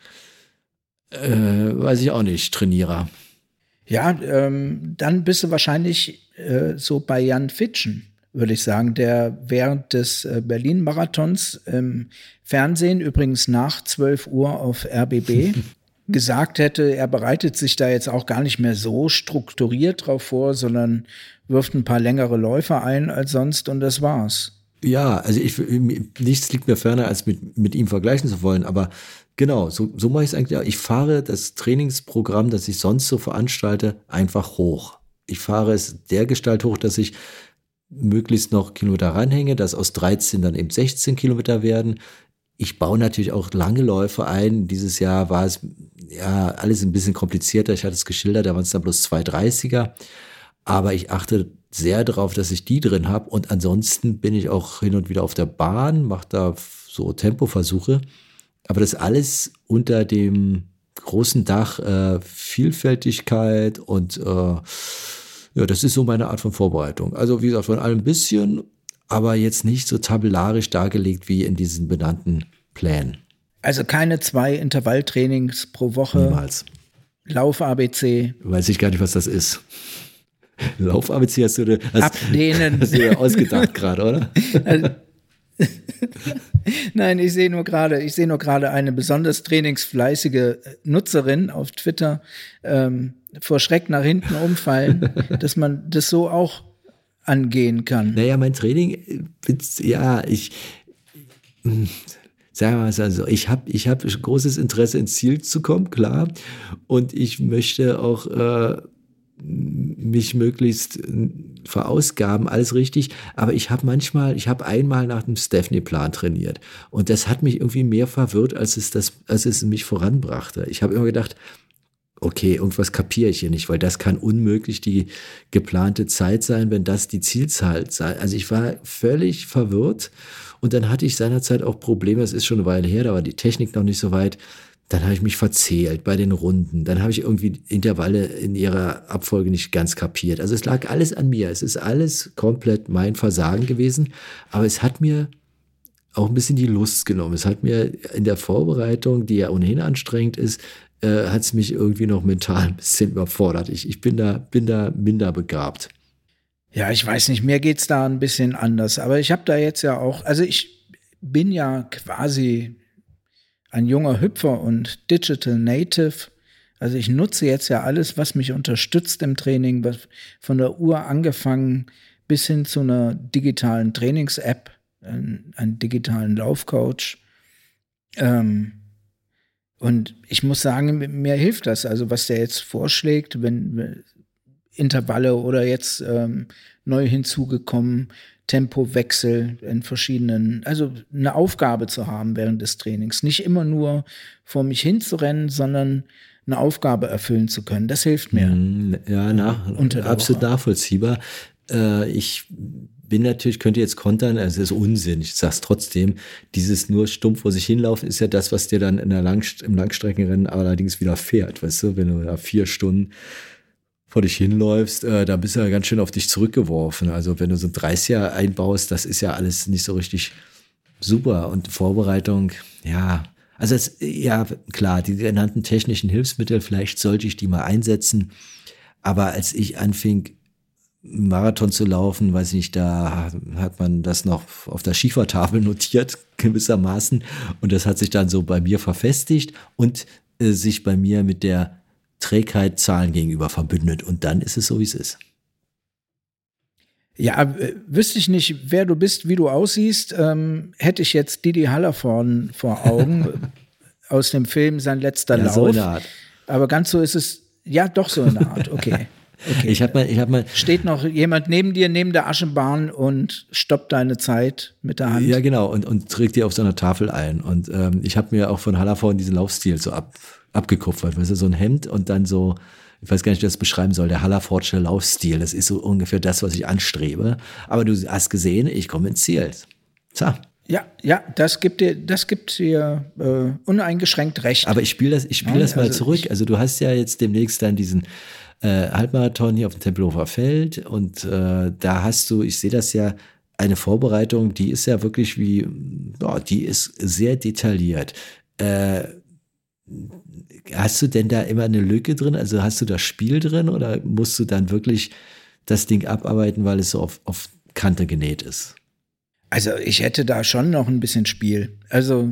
weiß ich auch nicht, Trainierer. Ja, dann bist du wahrscheinlich so bei Jan Fitschen, würde ich sagen, der während des Berlin-Marathons im Fernsehen, übrigens nach 12 Uhr auf RBB, gesagt hätte, er bereitet sich da jetzt auch gar nicht mehr so strukturiert drauf vor, sondern wirft ein paar längere Läufe ein als sonst und das war's. Ja, also nichts liegt mir ferner, als mit ihm vergleichen zu wollen, aber genau, so mache ich es eigentlich auch. Ich fahre das Trainingsprogramm, das ich sonst so veranstalte, einfach hoch. Ich fahre es dergestalt hoch, dass ich möglichst noch Kilometer ranhänge, dass aus 13 dann eben 16 Kilometer werden. Ich baue natürlich auch lange Läufe ein. Dieses Jahr war es ja alles ein bisschen komplizierter. Ich hatte es geschildert, da waren es dann bloß 2:30er. Aber ich achte sehr darauf, dass ich die drin habe. Und ansonsten bin ich auch hin und wieder auf der Bahn, mache da so Tempoversuche. Aber das alles unter dem großen Dach Vielfältigkeit und ja, das ist so meine Art von Vorbereitung. Also wie gesagt, von allem ein bisschen, aber jetzt nicht so tabellarisch dargelegt wie in diesen benannten Plänen. Also keine 2 Intervalltrainings pro Woche? Niemals. Lauf-ABC? Weiß ich gar nicht, was das ist. Lauf-ABC hast du Ablehnen. Hast du dir ausgedacht gerade, oder? Nein, ich sehe nur gerade eine besonders trainingsfleißige Nutzerin auf Twitter vor Schreck nach hinten umfallen, dass man das so auch angehen kann. Naja, mein Training, ja, sagen wir mal so, ich hab großes Interesse ins Ziel zu kommen, klar, und ich möchte auch mich möglichst verausgaben, alles richtig, aber ich habe einmal nach dem Steffni-Plan trainiert und das hat mich irgendwie mehr verwirrt, als es mich voranbrachte. Ich habe immer gedacht, okay, irgendwas kapiere ich hier nicht, weil das kann unmöglich die geplante Zeit sein, wenn das die Zielzahl sei. Also ich war völlig verwirrt und dann hatte ich seinerzeit auch Probleme, das ist schon eine Weile her, da war die Technik noch nicht so weit, Dann habe ich mich verzählt bei den Runden. Dann habe ich irgendwie Intervalle in ihrer Abfolge nicht ganz kapiert. Also es lag alles an mir. Es ist alles komplett mein Versagen gewesen. Aber es hat mir auch ein bisschen die Lust genommen. Es hat mir in der Vorbereitung, die ja ohnehin anstrengend ist, hat es mich irgendwie noch mental ein bisschen überfordert. Ich bin da minder begabt. Ja, ich weiß nicht, mir geht's da ein bisschen anders. Aber ich habe da jetzt ja auch, also ich bin ja quasi ein junger Hüpfer und Digital Native. Also ich nutze jetzt ja alles, was mich unterstützt im Training, von der Uhr angefangen bis hin zu einer digitalen Trainings-App, einen digitalen Laufcoach. Und ich muss sagen, mir hilft das. Also was der jetzt vorschlägt, wenn Intervalle oder jetzt neu hinzugekommen, Tempowechsel in verschiedenen, also eine Aufgabe zu haben während des Trainings. Nicht immer nur vor mich hinzurennen, sondern eine Aufgabe erfüllen zu können. Das hilft mir. Ja, absolut nachvollziehbar. Ich bin natürlich, könnte jetzt kontern, also es ist Unsinn, ich sag's trotzdem, dieses nur stumpf vor sich hinlaufen ist ja das, was dir dann im Langstreckenrennen allerdings widerfährt, weißt du, wenn du da 4 Stunden vor dich hinläufst, da bist du ja ganz schön auf dich zurückgeworfen. Also wenn du so ein 30er einbaust, das ist ja alles nicht so richtig super. Und Vorbereitung, ja, also ja, klar, die genannten technischen Hilfsmittel, vielleicht sollte ich die mal einsetzen. Aber als ich anfing, Marathon zu laufen, weiß ich nicht, da hat man das noch auf der Schiefertafel notiert, gewissermaßen. Und das hat sich dann so bei mir verfestigt und sich bei mir mit der Trägheit Zahlen gegenüber verbündet. Und dann ist es so, wie es ist. Ja, wüsste ich nicht, wer du bist, wie du aussiehst, hätte ich jetzt Didi Hallervorden vor Augen aus dem Film Sein letzter Lauf. So in der Art. Aber ganz so ist es, ja, doch so in der Art, okay. Ich hab mal. Steht noch jemand neben dir, neben der Aschenbahn und stoppt deine Zeit mit der Hand? Ja, genau, und trägt dir auf so einer Tafel ein. Und ich habe mir auch von Hallervorden diesen Laufstil so abgekupfert. Weißt du, so ein Hemd und dann so, ich weiß gar nicht, wie ich das beschreiben soll, der Hallervordsche Laufstil. Das ist so ungefähr das, was ich anstrebe. Aber du hast gesehen, ich komme ins Ziel. So. Ja, das gibt dir uneingeschränkt recht. Aber ich spiele das mal zurück. Also du hast ja jetzt demnächst dann diesen Halbmarathon hier auf dem Tempelhofer Feld und da hast du, ich sehe das ja, eine Vorbereitung, die ist ja wirklich die ist sehr detailliert. Hast du denn da immer eine Lücke drin? Also hast du das Spiel drin oder musst du dann wirklich das Ding abarbeiten, weil es so auf Kante genäht ist? Also ich hätte da schon noch ein bisschen Spiel. Also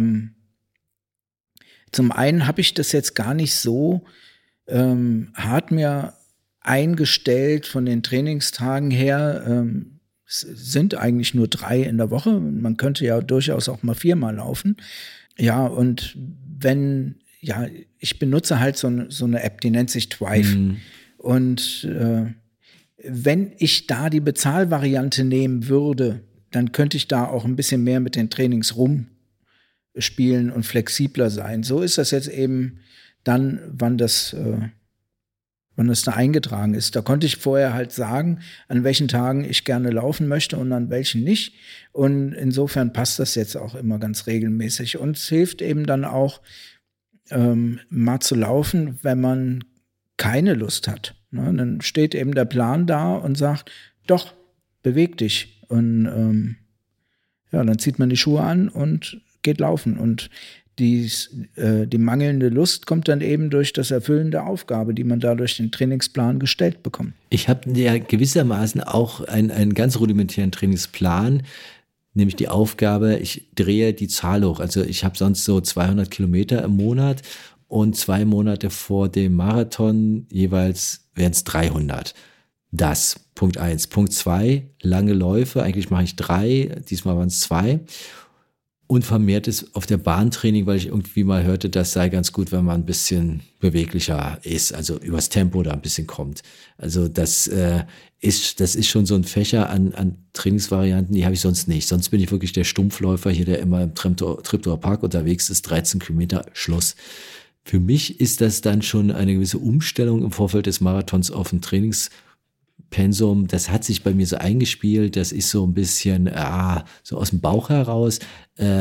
zum einen habe ich das jetzt gar nicht so hart mir eingestellt von den Trainingstagen her. Es sind eigentlich nur 3 in der Woche. Man könnte ja durchaus auch mal 4-mal laufen. Ja, und ich benutze halt so eine App, die nennt sich Thrive. Und wenn ich da die Bezahlvariante nehmen würde, dann könnte ich da auch ein bisschen mehr mit den Trainings rumspielen und flexibler sein. So ist das jetzt eben dann, wann das da eingetragen ist. Da konnte ich vorher halt sagen, an welchen Tagen ich gerne laufen möchte und an welchen nicht. Und insofern passt das jetzt auch immer ganz regelmäßig. Und es hilft eben dann auch, mal zu laufen, wenn man keine Lust hat. Ne? Dann steht eben der Plan da und sagt, doch, beweg dich. Und dann zieht man die Schuhe an und geht laufen. Und die mangelnde Lust kommt dann eben durch das Erfüllen der Aufgabe, die man da durch den Trainingsplan gestellt bekommt. Ich habe ja gewissermaßen auch einen ganz rudimentären Trainingsplan, nämlich die Aufgabe, ich drehe die Zahl hoch. Also ich habe sonst so 200 Kilometer im Monat und 2 Monate vor dem Marathon jeweils wären es 300. Das, Punkt 1. Punkt 2, lange Läufe, eigentlich mache ich 3, diesmal waren es 2. Und vermehrtes auf der Bahntraining, weil ich irgendwie mal hörte, das sei ganz gut, wenn man ein bisschen beweglicher ist, also übers Tempo da ein bisschen kommt. Also das ist schon so ein Fächer an Trainingsvarianten, die habe ich sonst nicht. Sonst bin ich wirklich der Stumpfläufer hier, der immer im Treptower Park unterwegs ist, 13 Kilometer, Schluss. Für mich ist das dann schon eine gewisse Umstellung im Vorfeld des Marathons auf ein Trainingspensum. Das hat sich bei mir so eingespielt, das ist so ein bisschen so aus dem Bauch heraus,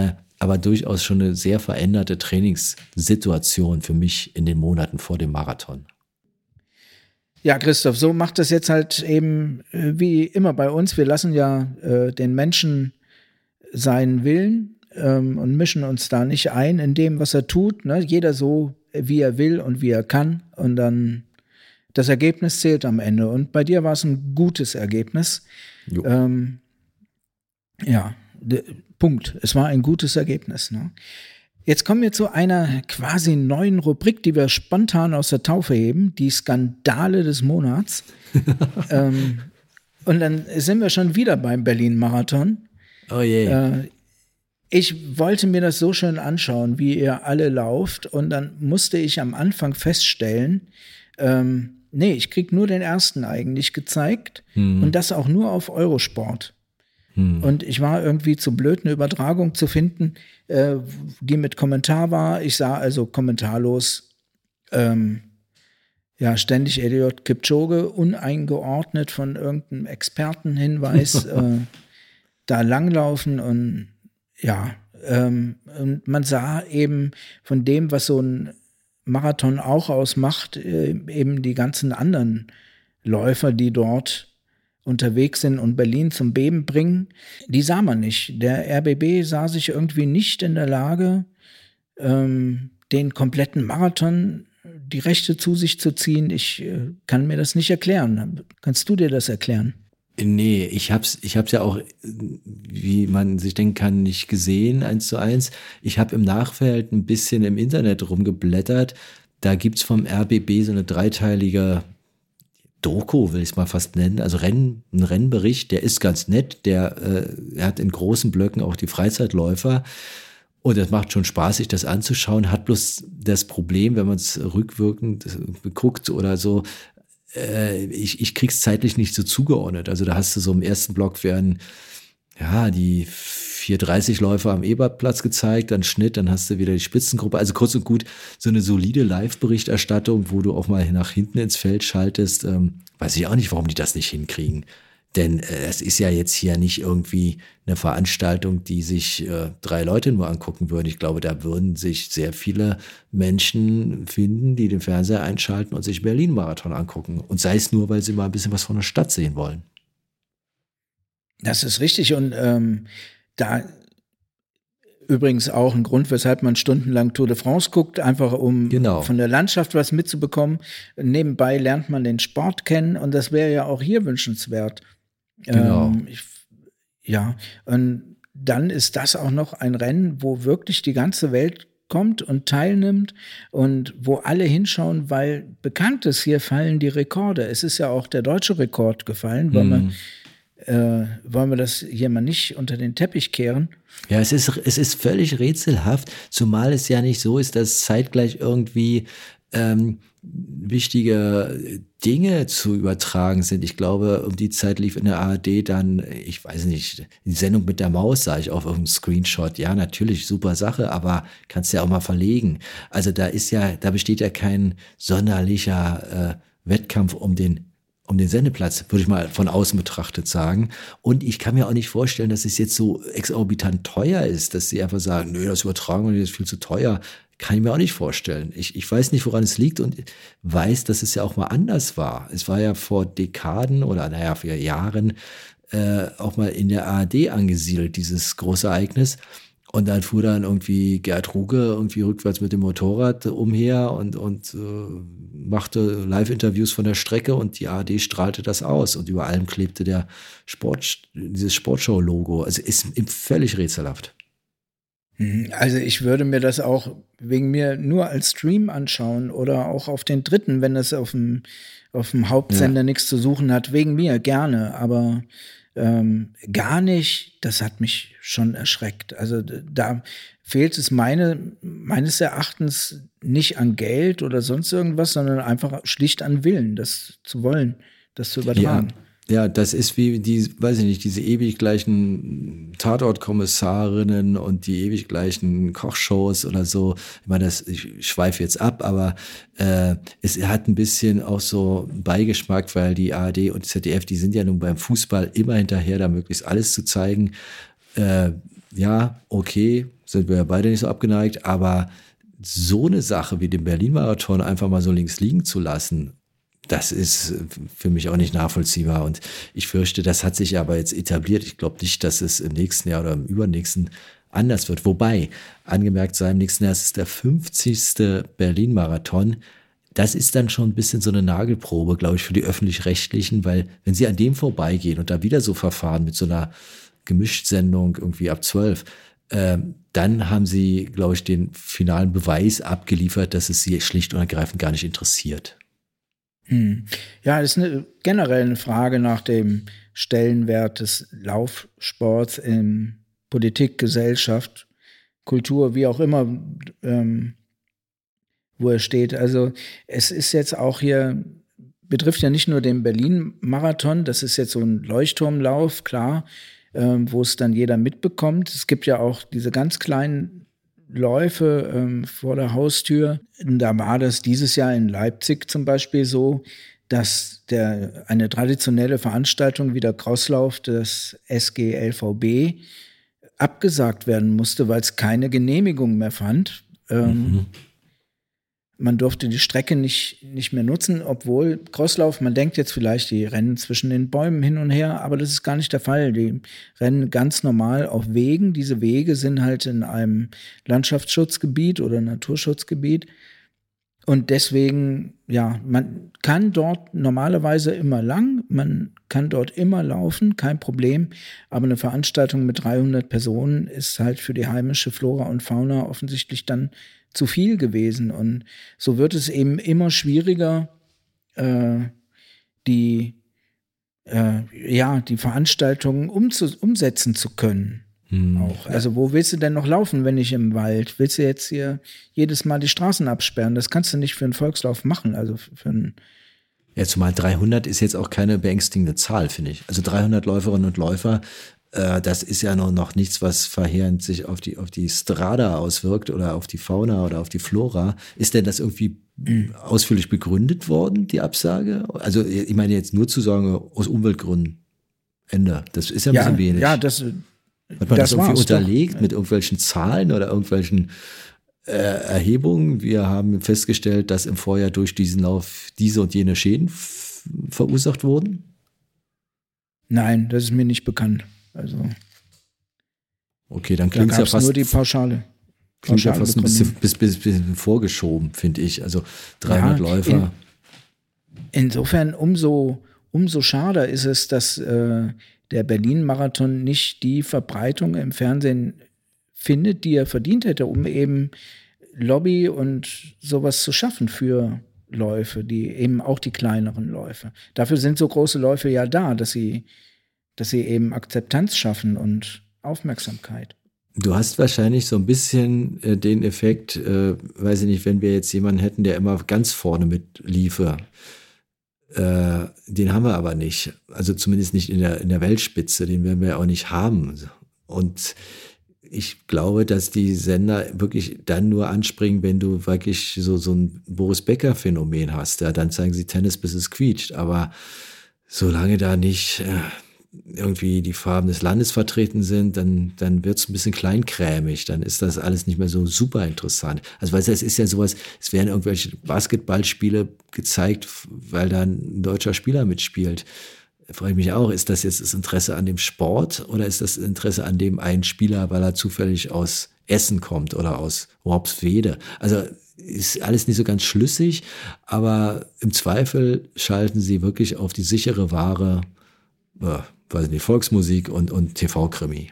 aber durchaus schon eine sehr veränderte Trainingssituation für mich in den Monaten vor dem Marathon. Ja, Christoph, so macht das jetzt halt eben wie immer bei uns. Wir lassen ja den Menschen seinen Willen und mischen uns da nicht ein in dem, was er tut. Ne? Jeder so, wie er will und wie er kann. Und dann das Ergebnis zählt am Ende. Und bei dir war es ein gutes Ergebnis. Punkt. Es war ein gutes Ergebnis. Ne? Jetzt kommen wir zu einer quasi neuen Rubrik, die wir spontan aus der Taufe heben, die Skandale des Monats. Und dann sind wir schon wieder beim Berlin-Marathon. Oh je. Ich wollte mir das so schön anschauen, wie ihr alle lauft, und dann musste ich am Anfang feststellen, ich krieg nur den ersten eigentlich gezeigt und das auch nur auf Eurosport. Und ich war irgendwie zu blöd, eine Übertragung zu finden, die mit Kommentar war. Ich sah also kommentarlos ständig Eliud Kipchoge, uneingeordnet von irgendeinem Expertenhinweis, da langlaufen und und man sah eben von dem, was so ein Marathon auch ausmacht, eben die ganzen anderen Läufer, die dort unterwegs sind und Berlin zum Beben bringen, die sah man nicht. Der RBB sah sich irgendwie nicht in der Lage, den kompletten Marathon die Rechte zu sich zu ziehen. Ich kann mir das nicht erklären. Kannst du dir das erklären? Nee, ich hab's ja auch, wie man sich denken kann, nicht gesehen, 1:1. Ich habe im Nachfeld ein bisschen im Internet rumgeblättert. Da gibt's vom RBB so eine dreiteilige Doku, will ich es mal fast nennen, also ein Rennbericht, der ist ganz nett, er hat in großen Blöcken auch die Freizeitläufer und es macht schon Spaß, sich das anzuschauen, hat bloß das Problem, wenn man es rückwirkend guckt oder so, ich krieg's zeitlich nicht so zugeordnet, also da hast du so im ersten Block werden, die 4:30-Läufer am Ebertplatz gezeigt, dann Schnitt, dann hast du wieder die Spitzengruppe. Also kurz und gut, so eine solide Live-Berichterstattung, wo du auch mal nach hinten ins Feld schaltest. Weiß ich auch nicht, warum die das nicht hinkriegen. Denn es ist ja jetzt hier nicht irgendwie eine Veranstaltung, die sich 3 Leute nur angucken würden. Ich glaube, da würden sich sehr viele Menschen finden, die den Fernseher einschalten und sich Berlin-Marathon angucken. Und sei es nur, weil sie mal ein bisschen was von der Stadt sehen wollen. Das ist richtig und da übrigens auch ein Grund, weshalb man stundenlang Tour de France guckt, einfach um von der Landschaft was mitzubekommen. Nebenbei lernt man den Sport kennen und das wäre ja auch hier wünschenswert. Genau. Und dann ist das auch noch ein Rennen, wo wirklich die ganze Welt kommt und teilnimmt und wo alle hinschauen, weil bekannt ist, hier fallen die Rekorde. Es ist ja auch der deutsche Rekord gefallen, wollen wir das hier mal nicht unter den Teppich kehren? Ja, es ist völlig rätselhaft, zumal es ja nicht so ist, dass zeitgleich irgendwie wichtige Dinge zu übertragen sind. Ich glaube, um die Zeit lief in der ARD dann, ich weiß nicht, die Sendung mit der Maus sah ich auf irgendeinem Screenshot. Ja, natürlich, super Sache, aber kannst ja auch mal verlegen. Also da besteht ja kein sonderlicher Wettkampf um den Sendeplatz, würde ich mal von außen betrachtet sagen. Und ich kann mir auch nicht vorstellen, dass es jetzt so exorbitant teuer ist, dass sie einfach sagen, nö, das übertragen wir nicht, das ist viel zu teuer. Kann ich mir auch nicht vorstellen. Ich weiß nicht, woran es liegt und weiß, dass es ja auch mal anders war. Es war ja vor Dekaden oder vor Jahren auch mal in der ARD angesiedelt, dieses große Ereignis. Und dann fuhr dann irgendwie Gerd Ruge irgendwie rückwärts mit dem Motorrad umher und machte Live-Interviews von der Strecke und die ARD strahlte das aus und über allem klebte dieses Sportshow-Logo. Also ist völlig rätselhaft. Also ich würde mir das auch wegen mir nur als Stream anschauen oder auch auf den dritten, wenn das auf dem Hauptsender nichts zu suchen hat, wegen mir gerne, aber gar nicht, das hat mich schon erschreckt. Also da fehlt es meines Erachtens nicht an Geld oder sonst irgendwas, sondern einfach schlicht an Willen, das zu wollen, das zu übertragen. Ja, das ist wie diese ewig gleichen Tatortkommissarinnen und die ewig gleichen Kochshows oder so. Ich meine, ich schweife jetzt ab, aber es hat ein bisschen auch so Beigeschmack, weil die ARD und ZDF, die sind ja nun beim Fußball immer hinterher, da möglichst alles zu zeigen. Okay, sind wir ja beide nicht so abgeneigt, aber so eine Sache wie den Berlin-Marathon einfach mal so links liegen zu lassen, das ist für mich auch nicht nachvollziehbar. Und ich fürchte, das hat sich aber jetzt etabliert. Ich glaube nicht, dass es im nächsten Jahr oder im übernächsten anders wird. Wobei, angemerkt sei, im nächsten Jahr ist es der 50. Berlin-Marathon. Das ist dann schon ein bisschen so eine Nagelprobe, glaube ich, für die Öffentlich-Rechtlichen, weil wenn sie an dem vorbeigehen und da wieder so verfahren mit so einer Gemischtsendung irgendwie ab 12, dann haben sie, glaube ich, den finalen Beweis abgeliefert, dass es sie schlicht und ergreifend gar nicht interessiert. Ja, das ist generell eine Frage nach dem Stellenwert des Laufsports in Politik, Gesellschaft, Kultur, wie auch immer, wo er steht. Also es ist jetzt auch hier, betrifft ja nicht nur den Berlin-Marathon, das ist jetzt so ein Leuchtturmlauf, klar, wo es dann jeder mitbekommt. Es gibt ja auch diese ganz kleinen Läufe vor der Haustür. Da war das dieses Jahr in Leipzig zum Beispiel so, dass eine traditionelle Veranstaltung wie der Crosslauf des SGLVB abgesagt werden musste, weil es keine Genehmigung mehr fand. Man durfte die Strecke nicht mehr nutzen, obwohl Crosslauf, man denkt jetzt vielleicht, die rennen zwischen den Bäumen hin und her, aber das ist gar nicht der Fall. Die rennen ganz normal auf Wegen. Diese Wege sind halt in einem Landschaftsschutzgebiet oder Naturschutzgebiet. Und deswegen, ja, man kann dort normalerweise immer lang, man kann dort immer laufen, kein Problem. Aber eine Veranstaltung mit 300 Personen ist halt für die heimische Flora und Fauna offensichtlich dann zu viel gewesen. Und so wird es eben immer schwieriger, die Veranstaltungen umsetzen zu können. Auch. Also wo willst du denn noch laufen, wenn nicht im Wald? Willst du jetzt hier jedes Mal die Straßen absperren? Das kannst du nicht für einen Volkslauf machen. Also ja, zumal 300 ist jetzt auch keine beängstigende Zahl, finde ich. Also 300 Läuferinnen und Läufer, das ist ja noch nichts, was verheerend sich auf die Strada auswirkt oder auf die Fauna oder auf die Flora. Ist denn das irgendwie ausführlich begründet worden, die Absage? Also ich meine jetzt nur zu sagen, aus Umweltgründen. Ende. Das ist ja ein bisschen wenig. Ja, das hat man das irgendwie unterlegt mit irgendwelchen Zahlen oder irgendwelchen Erhebungen? Wir haben festgestellt, dass im Vorjahr durch diesen Lauf diese und jene Schäden verursacht wurden? Nein, das ist mir nicht bekannt. Also okay, dann klingt es ja fast nur die Pauschale. Klingt ja fast ein bisschen vorgeschoben, finde ich. Also 300 Läufer. Insofern umso schade ist es, dass der Berlin-Marathon nicht die Verbreitung im Fernsehen findet, die er verdient hätte, um eben Lobby und sowas zu schaffen für Läufe, die eben auch die kleineren Läufe. Dafür sind so große Läufe ja da, dass sie eben Akzeptanz schaffen und Aufmerksamkeit. Du hast wahrscheinlich so ein bisschen den Effekt, weiß ich nicht, wenn wir jetzt jemanden hätten, der immer ganz vorne mitliefe. Den haben wir aber nicht. Also zumindest nicht in der Weltspitze, den werden wir auch nicht haben. Und ich glaube, dass die Sender wirklich dann nur anspringen, wenn du wirklich so ein Boris Becker-Phänomen hast. Ja, dann zeigen sie Tennis, bis es quietscht. Aber solange da nicht irgendwie die Farben des Landes vertreten sind, dann wird es ein bisschen kleinkrämig, dann ist das alles nicht mehr so super interessant. Also weißt du, es ist ja sowas, es werden irgendwelche Basketballspiele gezeigt, weil da ein deutscher Spieler mitspielt. Da frage ich mich auch, ist das jetzt das Interesse an dem Sport oder ist das Interesse an dem einen Spieler, weil er zufällig aus Essen kommt oder aus Worpswede? Also ist alles nicht so ganz schlüssig, aber im Zweifel schalten sie wirklich auf die sichere Ware, weiß nicht, Volksmusik und TV-Krimi.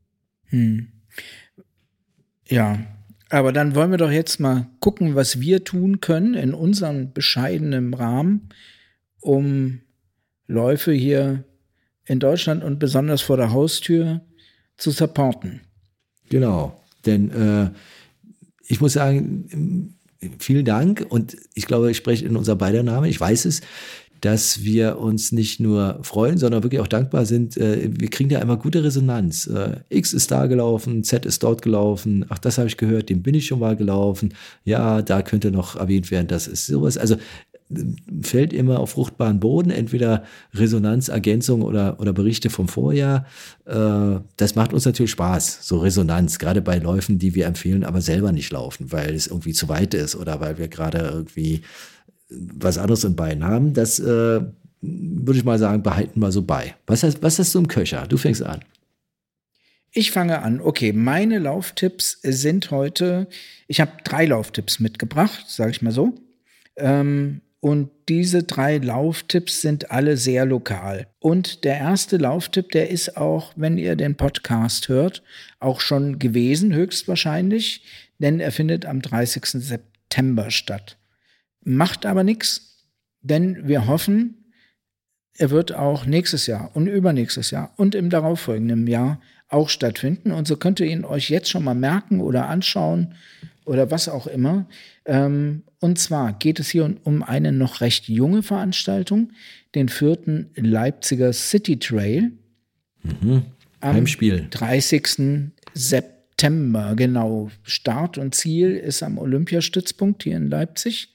Ja, aber dann wollen wir doch jetzt mal gucken, was wir tun können in unserem bescheidenen Rahmen, um Läufe hier in Deutschland und besonders vor der Haustür zu supporten. Genau, denn ich muss sagen, vielen Dank und ich glaube, ich spreche in unser beider Namen, ich weiß es, dass wir uns nicht nur freuen, sondern wirklich auch dankbar sind. Wir kriegen ja immer gute Resonanz. X ist da gelaufen, Z ist dort gelaufen. Ach, das habe ich gehört, den bin ich schon mal gelaufen. Ja, da könnte noch erwähnt werden, das ist sowas. Also fällt immer auf fruchtbaren Boden, entweder Resonanzergänzung oder Berichte vom Vorjahr. Das macht uns natürlich Spaß, so Resonanz, gerade bei Läufen, die wir empfehlen, aber selber nicht laufen, weil es irgendwie zu weit ist oder weil wir gerade irgendwie was anderes in Beinen haben. Das würde ich mal sagen, behalten wir so bei. Was hast du im Köcher? Du fängst an. Ich fange an. Okay, meine Lauftipps sind heute, ich habe 3 Lauftipps mitgebracht, sage ich mal so. Und diese 3 Lauftipps sind alle sehr lokal. Und der erste Lauftipp, der ist auch, wenn ihr den Podcast hört, auch schon gewesen, höchstwahrscheinlich, denn er findet am 30. September statt. Macht aber nichts, denn wir hoffen, er wird auch nächstes Jahr und übernächstes Jahr und im darauffolgenden Jahr auch stattfinden. Und so könnt ihr ihn euch jetzt schon mal merken oder anschauen oder was auch immer. Und zwar geht es hier um eine noch recht junge Veranstaltung, den 4. Leipziger City Trail. Heimspiel. Am 30. September, genau. Start und Ziel ist am Olympiastützpunkt hier in Leipzig.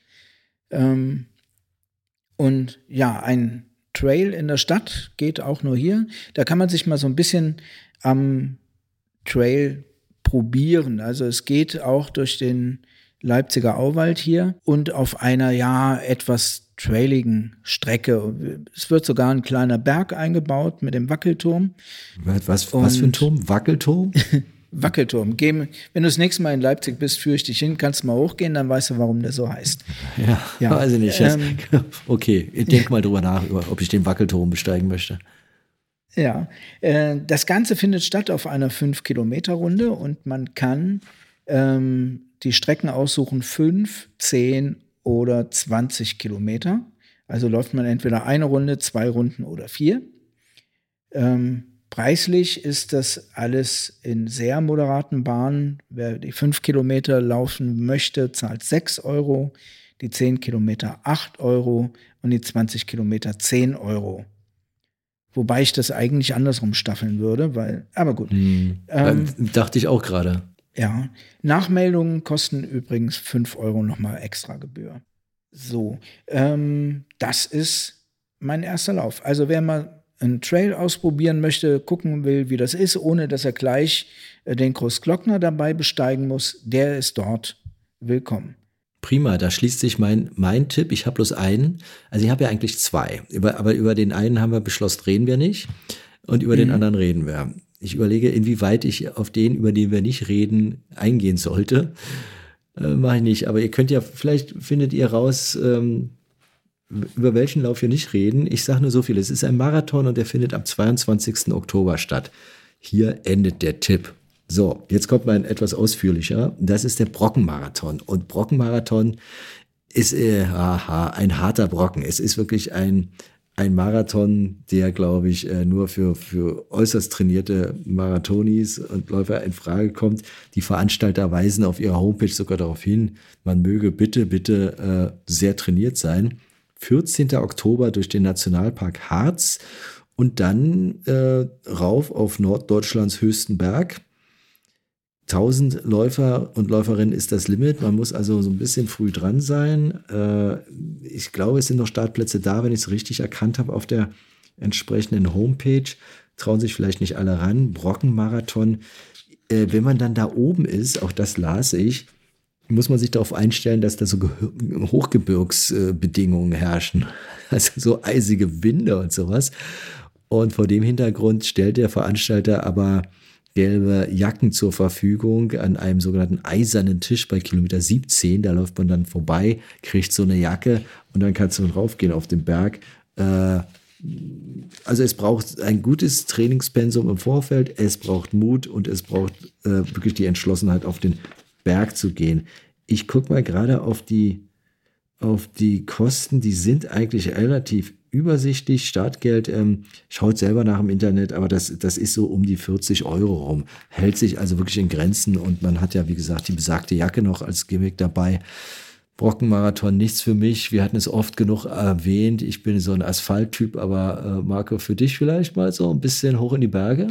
Und ja, ein Trail in der Stadt geht auch nur hier. Da kann man sich mal so ein bisschen am Trail probieren. Also es geht auch durch den Leipziger Auwald hier und auf einer etwas trailigen Strecke. Es wird sogar ein kleiner Berg eingebaut mit dem Wackelturm. Was für ein Turm? Wackelturm? Wackelturm. Wenn du das nächste Mal in Leipzig bist, führe ich dich hin, kannst mal hochgehen, dann weißt du, warum der so heißt. Ja. Weiß ich nicht. Okay, ich denke mal drüber nach, ob ich den Wackelturm besteigen möchte. Ja, das Ganze findet statt auf einer 5-Kilometer-Runde und man kann die Strecken aussuchen, 5, 10 oder 20 Kilometer. Also läuft man entweder eine Runde, 2 Runden oder 4. Preislich ist das alles in sehr moderaten Bahnen. Wer die 5 Kilometer laufen möchte, zahlt 6 €, die 10 Kilometer 8 € und die 20 Kilometer 10 €. Wobei ich das eigentlich andersrum staffeln würde, aber gut. Dachte ich auch gerade. Ja, Nachmeldungen kosten übrigens 5 € nochmal extra Gebühr. So, das ist mein erster Lauf. Also wer mal einen Trail ausprobieren möchte, gucken will, wie das ist, ohne dass er gleich den Großglockner dabei besteigen muss, der ist dort willkommen. Prima, da schließt sich mein Tipp. Ich habe bloß einen. Also ich habe ja eigentlich 2. Aber über den einen haben wir beschlossen, reden wir nicht. Und über den anderen reden wir. Ich überlege, inwieweit ich auf den, über den wir nicht reden, eingehen sollte. Mache ich nicht. Aber ihr könnt ja, vielleicht findet ihr raus, über welchen Lauf wir nicht reden. Ich sage nur so viel. Es ist ein Marathon und der findet am 22. Oktober statt. Hier endet der Tipp. So, jetzt kommt mal etwas ausführlicher. Das ist der Brockenmarathon. Und Brockenmarathon ist ein harter Brocken. Es ist wirklich ein Marathon, der, glaube ich, nur für äußerst trainierte Marathonis und Läufer in Frage kommt. Die Veranstalter weisen auf ihrer Homepage sogar darauf hin, man möge bitte sehr trainiert sein. 14. Oktober durch den Nationalpark Harz und dann rauf auf Norddeutschlands höchsten Berg. 1000 Läufer und Läuferinnen ist das Limit. Man muss also so ein bisschen früh dran sein. Ich glaube, es sind noch Startplätze da, wenn ich es richtig erkannt habe auf der entsprechenden Homepage. Trauen sich vielleicht nicht alle ran. Brockenmarathon. Wenn man dann da oben ist, auch das las ich, muss man sich darauf einstellen, dass da so Hochgebirgsbedingungen herrschen. Also so eisige Winde und sowas. Und vor dem Hintergrund stellt der Veranstalter aber gelbe Jacken zur Verfügung an einem sogenannten eisernen Tisch bei Kilometer 17. Da läuft man dann vorbei, kriegt so eine Jacke und dann kannst du raufgehen auf den Berg. Also es braucht ein gutes Trainingspensum im Vorfeld, es braucht Mut und es braucht wirklich die Entschlossenheit, auf den Berg zu gehen. Ich gucke mal gerade auf die Kosten, die sind eigentlich relativ übersichtlich. Startgeld, schaut selber nach im Internet, aber das ist so um die 40 € rum. Hält sich also wirklich in Grenzen und man hat ja, wie gesagt, die besagte Jacke noch als Gimmick dabei. Brockenmarathon, nichts für mich. Wir hatten es oft genug erwähnt. Ich bin so ein Asphalttyp, aber Marco, für dich vielleicht mal so ein bisschen hoch in die Berge?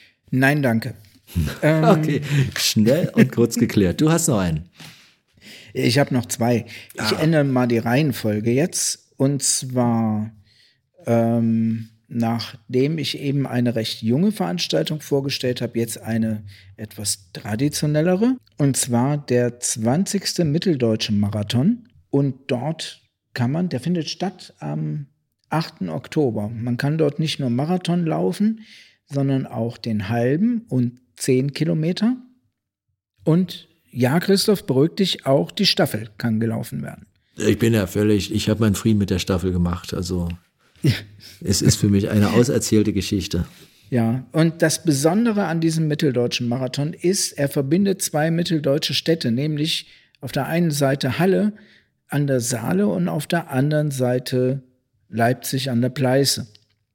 Nein, danke. Okay, schnell und kurz geklärt. Du hast noch einen. Ich habe noch zwei. Ich ändere mal die Reihenfolge jetzt. Und zwar, nachdem ich eben eine recht junge Veranstaltung vorgestellt habe, jetzt eine etwas traditionellere. Und zwar der 20. Mitteldeutsche Marathon. Und dort der findet statt am 8. Oktober. Man kann dort nicht nur Marathon laufen, sondern auch den halben und 10 Kilometer. Und ja, Christoph, beruhig dich, auch die Staffel kann gelaufen werden. Ich habe meinen Frieden mit der Staffel gemacht. Also es ist für mich eine auserzählte Geschichte. Ja, und das Besondere an diesem Mitteldeutschen Marathon ist, er verbindet zwei mitteldeutsche Städte, nämlich auf der einen Seite Halle an der Saale und auf der anderen Seite Leipzig an der Pleiße.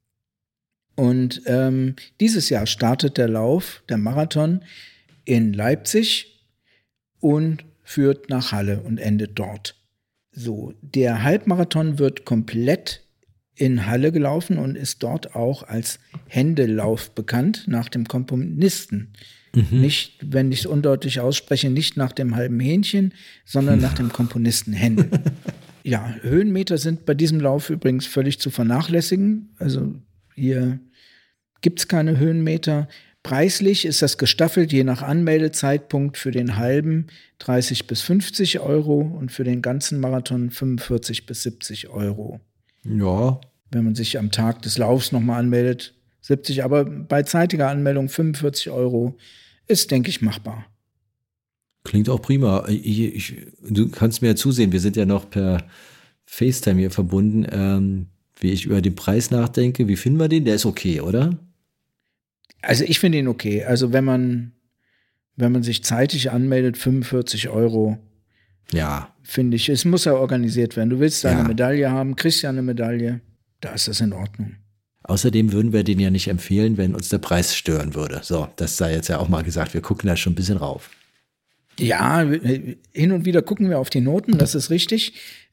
Und dieses Jahr startet der Marathon in Leipzig und führt nach Halle und endet dort. So, der Halbmarathon wird komplett in Halle gelaufen und ist dort auch als Händelauf bekannt, nach dem Komponisten. Nicht, wenn ich es undeutlich ausspreche, nicht nach dem halben Hähnchen, sondern nach dem Komponisten Händel. Ja, Höhenmeter sind bei diesem Lauf übrigens völlig zu vernachlässigen. Also hier gibt es keine Höhenmeter. Preislich ist das gestaffelt, je nach Anmeldezeitpunkt für den halben 30 bis 50 Euro und für den ganzen Marathon 45 bis 70 Euro. Ja. Wenn man sich am Tag des Laufs nochmal anmeldet, 70, aber bei zeitiger Anmeldung 45 Euro ist, denke ich, machbar. Klingt auch prima. Du kannst mir ja zusehen, wir sind ja noch per FaceTime hier verbunden, wie ich über den Preis nachdenke. Wie finden wir den? Der ist okay, oder? Also ich finde ihn okay. Also wenn man sich zeitig anmeldet, 45 Euro, ja, finde ich, es muss ja organisiert werden. Du willst deine Medaille haben, kriegst ja eine Medaille, da ist das in Ordnung. Außerdem würden wir den ja nicht empfehlen, wenn uns der Preis stören würde. So, das sei jetzt ja auch mal gesagt, wir gucken da schon ein bisschen rauf. Ja, hin und wieder gucken wir auf die Noten, das ist richtig.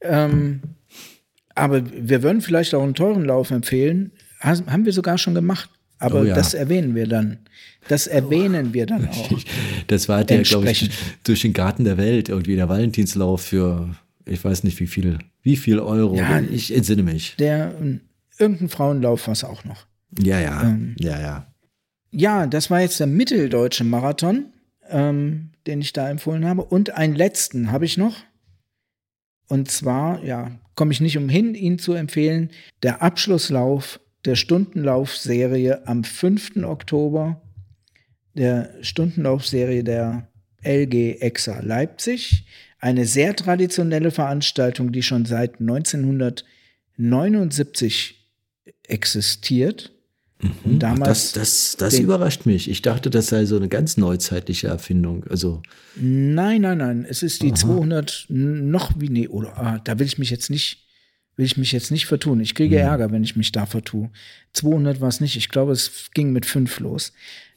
Aber wir würden vielleicht auch einen teuren Lauf empfehlen. Haben wir sogar schon gemacht. Aber das erwähnen wir dann. Das erwähnen wir dann auch. Das war der, glaube ich, durch den Garten der Welt, irgendwie der Valentinslauf für, ich weiß nicht wie viel Euro. Ja, ich entsinne mich. Irgendein Frauenlauf war es auch noch. Ja. Ja, das war jetzt der Mitteldeutsche Marathon, den ich da empfohlen habe. Und einen letzten habe ich noch. Und zwar, komme ich nicht umhin, ihn zu empfehlen, der Abschlusslauf der Stundenlaufserie am 5. Oktober, der Stundenlaufserie der LG Exa Leipzig. Eine sehr traditionelle Veranstaltung, die schon seit 1979 existiert. Und damals das überrascht mich. Ich dachte, das sei so eine ganz neuzeitliche Erfindung. Also Nein. Es ist die 200 da will ich mich jetzt nicht vertun. Ich kriege Ärger, wenn ich mich da vertue. 200 war es nicht. Ich glaube, es ging mit 5 los.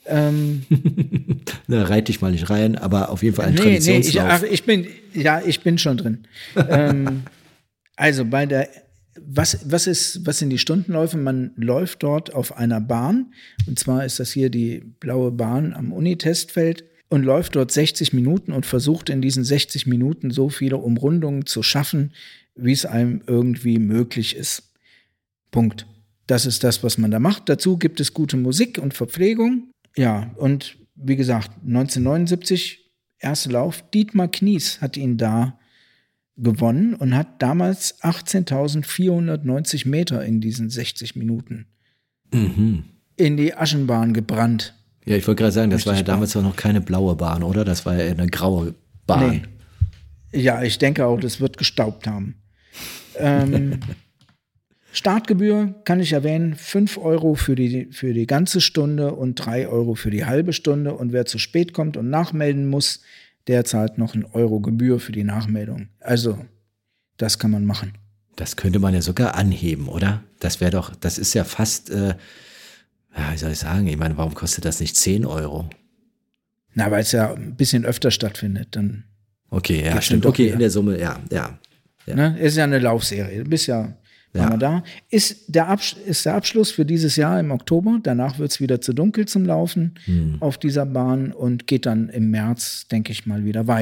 Na, reit dich mal nicht rein, aber auf jeden Fall ein Traditionslauf. Ich bin schon drin. Also was sind die Stundenläufe? Man läuft dort auf einer Bahn. Und zwar ist das hier die blaue Bahn am Unitestfeld und läuft dort 60 Minuten und versucht in diesen 60 Minuten so viele Umrundungen zu schaffen, wie es einem irgendwie möglich ist. Punkt. Das ist das, was man da macht. Dazu gibt es gute Musik und Verpflegung. Ja, und wie gesagt, 1979, erster Lauf. Dietmar Knies hat ihn da gewonnen und hat damals 18.490 Meter in diesen 60 Minuten in die Aschenbahn gebrannt. Ja, ich wollte gerade sagen, das war ja damals auch noch keine blaue Bahn, oder? Das war ja eine graue Bahn. Nee. Ja, ich denke auch, das wird gestaubt haben. Startgebühr kann ich erwähnen, 5 Euro für die ganze Stunde und 3 Euro für die halbe Stunde. Und wer zu spät kommt und nachmelden muss, der zahlt noch 1 Euro Gebühr für die Nachmeldung. Also, das kann man machen. Das könnte man ja sogar anheben, oder? Das ist ja fast, wie soll ich sagen, ich meine, warum kostet das nicht 10 Euro? Na, weil es ja ein bisschen öfter stattfindet, dann. Okay, ja, stimmt. Okay, wieder. In der Summe, ja. Ne? Ist ja eine Laufserie. Du bist ja da. Ist der Abschluss für dieses Jahr im Oktober. Danach wird es wieder zu dunkel zum Laufen auf dieser Bahn und geht dann im März, denke ich mal, wieder weiter.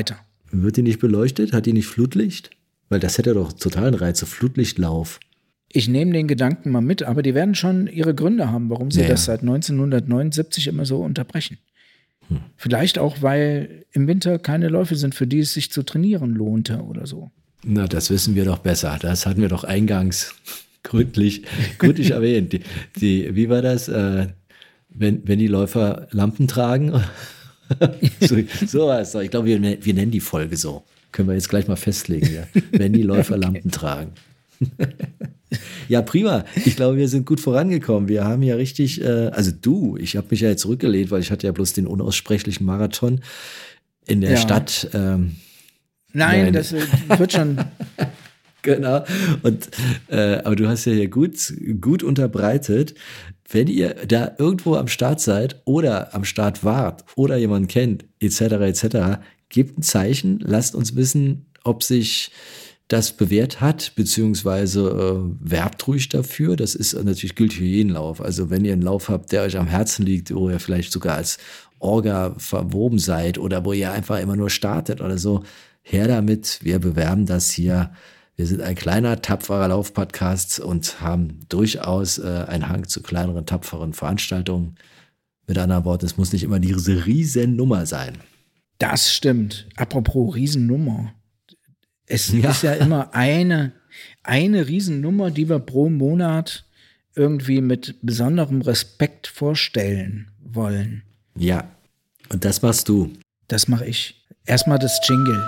Wird die nicht beleuchtet? Hat die nicht Flutlicht? Weil das hätte doch totalen Reiz, so Flutlichtlauf. Ich nehme den Gedanken mal mit, aber die werden schon ihre Gründe haben, warum sie das seit 1979 immer so unterbrechen. Vielleicht auch, weil im Winter keine Läufe sind, für die es sich zu trainieren lohnte oder so. Na, das wissen wir doch besser. Das hatten wir doch eingangs gründlich erwähnt. Wie war das? Wenn die Läufer Lampen tragen? so war es doch. Ich glaube, wir nennen die Folge so. Können wir jetzt gleich mal festlegen, ja. Wenn die Läufer Lampen tragen. Ja, prima. Ich glaube, wir sind gut vorangekommen. Wir haben ja richtig, ich habe mich ja jetzt zurückgelehnt, weil ich hatte ja bloß den unaussprechlichen Marathon in der Stadt. Nein, das wird schon. Genau. Aber du hast ja hier gut unterbreitet. Wenn ihr da irgendwo am Start seid oder am Start wart oder jemanden kennt, etc., gebt ein Zeichen, lasst uns wissen, ob sich das bewährt hat, beziehungsweise werbt ruhig dafür. Das ist natürlich gültig für jeden Lauf. Also wenn ihr einen Lauf habt, der euch am Herzen liegt, wo ihr vielleicht sogar als Orga verwoben seid oder wo ihr einfach immer nur startet oder so, her damit. Wir bewerben das hier. Wir sind ein kleiner, tapferer Laufpodcast und haben durchaus einen Hang zu kleineren, tapferen Veranstaltungen. Mit anderen Worten, es muss nicht immer diese Riesennummer sein. Das stimmt. Apropos Riesennummer. Es ist ja immer eine Riesennummer, die wir pro Monat irgendwie mit besonderem Respekt vorstellen wollen. Ja, und das machst du. Das mache ich. Erstmal das Jingle.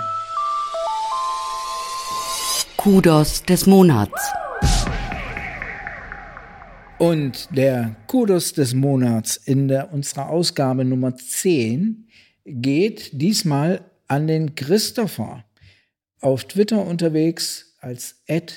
Kudos des Monats. Und der Kudos des Monats in unserer Ausgabe Nummer 10 geht diesmal an den Christopher. Auf Twitter unterwegs als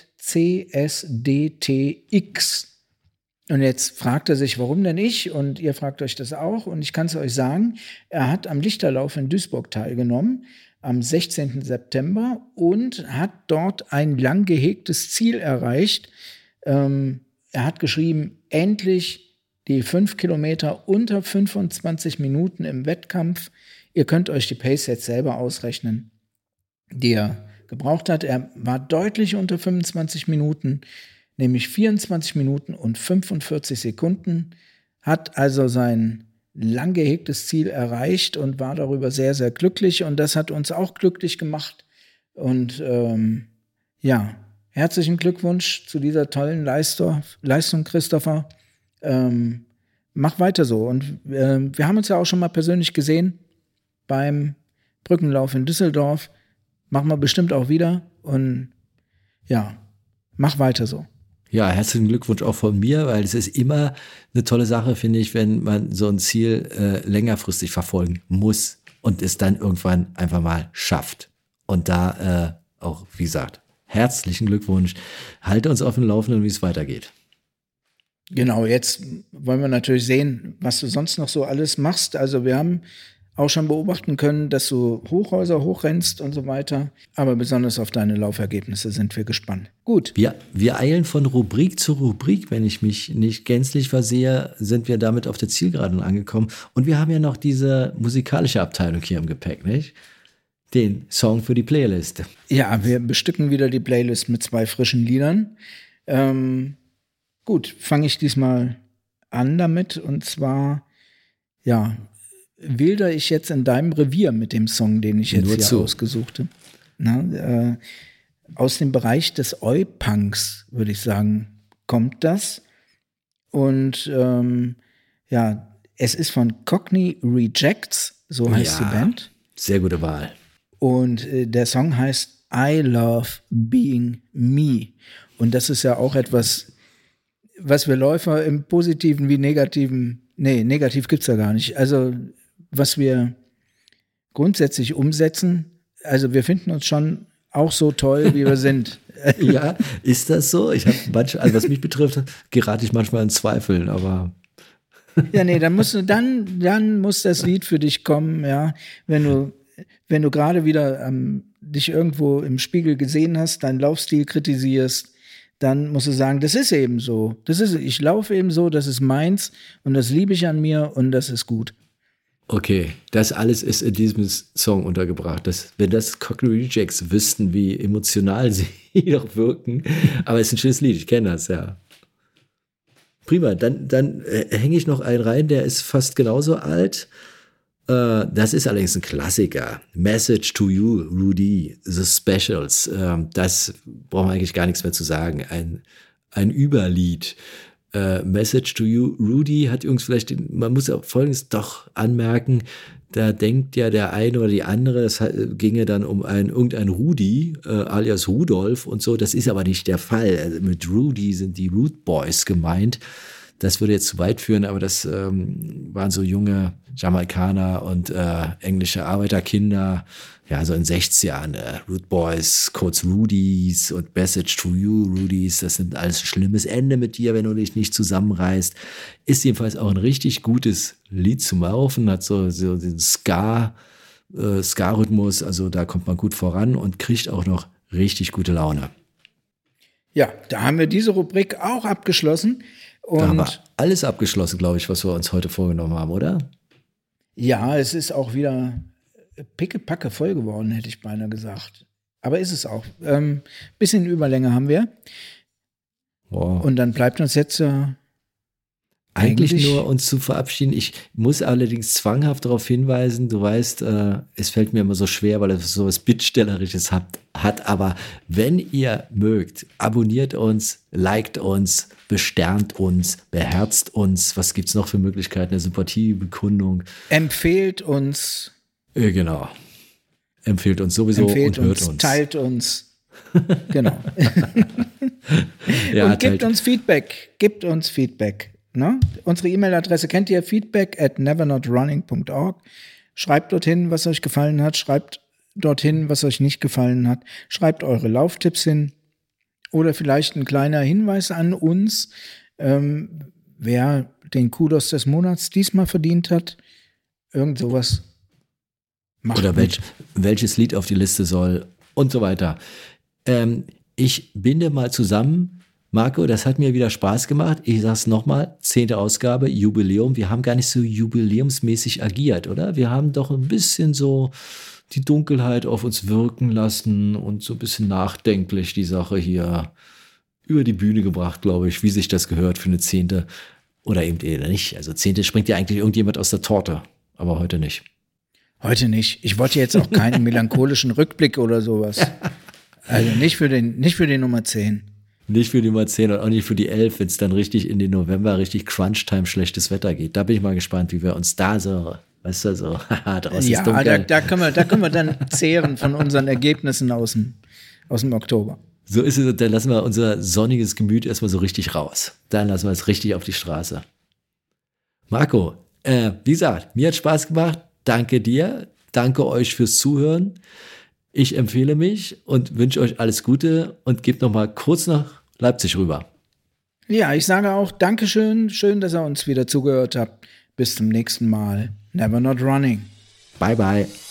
@csdtx. Und jetzt fragt er sich, warum denn ich? Und ihr fragt euch das auch. Und ich kann es euch sagen, er hat am Lichterlauf in Duisburg teilgenommen, am 16. September und hat dort ein lang gehegtes Ziel erreicht. Er hat geschrieben, endlich die 5 Kilometer unter 25 Minuten im Wettkampf. Ihr könnt euch die Pace jetzt selber ausrechnen, die er gebraucht hat. Er war deutlich unter 25 Minuten, nämlich 24 Minuten und 45 Sekunden, hat also sein lang gehegtes Ziel erreicht und war darüber sehr, sehr glücklich. Und das hat uns auch glücklich gemacht. Und herzlichen Glückwunsch zu dieser tollen Leistung, Christopher. Mach weiter so. Und wir haben uns ja auch schon mal persönlich gesehen beim Brückenlauf in Düsseldorf. Machen wir bestimmt auch wieder. Und ja, mach weiter so. Ja, herzlichen Glückwunsch auch von mir, weil es ist immer eine tolle Sache, finde ich, wenn man so ein Ziel längerfristig verfolgen muss und es dann irgendwann einfach mal schafft. Und da auch, wie gesagt, herzlichen Glückwunsch. Halte uns auf dem Laufenden, wie es weitergeht. Genau, jetzt wollen wir natürlich sehen, was du sonst noch so alles machst. Also wir haben auch schon beobachten können, dass du Hochhäuser hochrennst und so weiter. Aber besonders auf deine Laufergebnisse sind wir gespannt. Gut. Wir eilen von Rubrik zu Rubrik. Wenn ich mich nicht gänzlich versehe, sind wir damit auf der Zielgeraden angekommen. Und wir haben ja noch diese musikalische Abteilung hier im Gepäck, nicht? Den Song für die Playlist. Ja, wir bestücken wieder die Playlist mit 2 frischen Liedern. Gut, fange ich diesmal an damit. Und zwar, wilder ich jetzt in deinem Revier mit dem Song, den ich jetzt hier ausgesucht habe. Aus dem Bereich des Oi-Punks, würde ich sagen, kommt das. Und es ist von Cockney Rejects, so heißt die Band. Sehr gute Wahl. Und der Song heißt I Love Being Me. Und das ist ja auch etwas, was wir Läufer im Positiven wie Negativen, negativ gibt's ja gar nicht. Also was wir grundsätzlich umsetzen, also wir finden uns schon auch so toll, wie wir sind. Ja, ist das so? Ich habe also was mich betrifft, gerate ich manchmal in Zweifeln, aber ja, dann muss das Lied für dich kommen, ja, wenn du gerade wieder dich irgendwo im Spiegel gesehen hast, deinen Laufstil kritisierst, dann musst du sagen, das ist eben so. Ich laufe eben so, das ist meins und das liebe ich an mir und das ist gut. Okay, das alles ist in diesem Song untergebracht. Wenn das Cockney Rejects wüssten, wie emotional sie doch wirken. Aber es ist ein schönes Lied, ich kenne das, ja. Prima, dann hänge ich noch einen rein, der ist fast genauso alt. Das ist allerdings ein Klassiker. Message to You, Rudy, The Specials. Das brauchen wir eigentlich gar nichts mehr zu sagen. Ein Überlied. Message to You, Rudy hat übrigens vielleicht, man muss auch Folgendes doch anmerken, da denkt ja der eine oder die andere, es ginge dann um irgendein Rudi, alias Rudolf und so, das ist aber nicht der Fall. Also mit Rudy sind die Root Boys gemeint. Das würde jetzt zu weit führen, aber das waren so junge Jamaikaner und englische Arbeiterkinder, ja, so in 60ern, Root Boys, kurz Rudys und Message to You, Rudys, das nimmt alles ein schlimmes Ende mit dir, wenn du dich nicht zusammenreißt. Ist jedenfalls auch ein richtig gutes Lied zum Laufen, hat so den Ska-Rhythmus, also da kommt man gut voran und kriegt auch noch richtig gute Laune. Ja, da haben wir diese Rubrik auch abgeschlossen. Und da haben wir alles abgeschlossen, glaube ich, was wir uns heute vorgenommen haben, oder? Ja, es ist auch wieder pickepacke voll geworden, hätte ich beinahe gesagt. Aber ist es auch. Bisschen Überlänge haben wir. Wow. Und dann bleibt uns jetzt eigentlich nur uns zu verabschieden. Ich muss allerdings zwanghaft darauf hinweisen, du weißt, es fällt mir immer so schwer, weil es so was Bittstellerisches hat. Aber wenn ihr mögt, abonniert uns, liked uns, besternt uns, beherzt uns. Was gibt es noch für Möglichkeiten der Sympathiebekundung? Empfehlt uns. Genau. Empfehlt uns sowieso und hört uns. Teilt uns. Genau. Ja, und gebt uns Feedback. Ne? Unsere E-Mail-Adresse kennt ihr, feedback@nevernotrunning.org. Schreibt dorthin, was euch gefallen hat. Schreibt dorthin, was euch nicht gefallen hat. Schreibt eure Lauftipps hin. Oder vielleicht ein kleiner Hinweis an uns, wer den Kudos des Monats diesmal verdient hat. Irgend sowas. Macht oder welches Lied auf die Liste soll und so weiter. Ich binde mal zusammen, Marco, das hat mir wieder Spaß gemacht. Ich sag's nochmal, 10. Ausgabe, Jubiläum. Wir haben gar nicht so jubiläumsmäßig agiert, oder? Wir haben doch ein bisschen so die Dunkelheit auf uns wirken lassen und so ein bisschen nachdenklich die Sache hier über die Bühne gebracht, glaube ich, wie sich das gehört für eine 10. Oder eben nicht. Also 10. springt ja eigentlich irgendjemand aus der Torte, aber heute nicht. Heute nicht. Ich wollte jetzt auch keinen melancholischen Rückblick oder sowas. Also nicht für die Nummer 10. Nicht für die Nummer 10 und auch nicht für die 11, wenn es dann richtig in den November richtig Crunch-Time schlechtes Wetter geht. Da bin ich mal gespannt, wie wir uns da so, weißt du, so, draußen ja, ist dunkel. Da können wir dann zehren von unseren Ergebnissen aus dem Oktober. So ist es, dann lassen wir unser sonniges Gemüt erstmal so richtig raus. Dann lassen wir es richtig auf die Straße. Marco, wie gesagt, mir hat Spaß gemacht. Danke dir. Danke euch fürs Zuhören. Ich empfehle mich und wünsche euch alles Gute und gebt noch mal kurz nach Leipzig rüber. Ja, ich sage auch Dankeschön. Schön, dass ihr uns wieder zugehört habt. Bis zum nächsten Mal. Never Not Running. Bye, bye.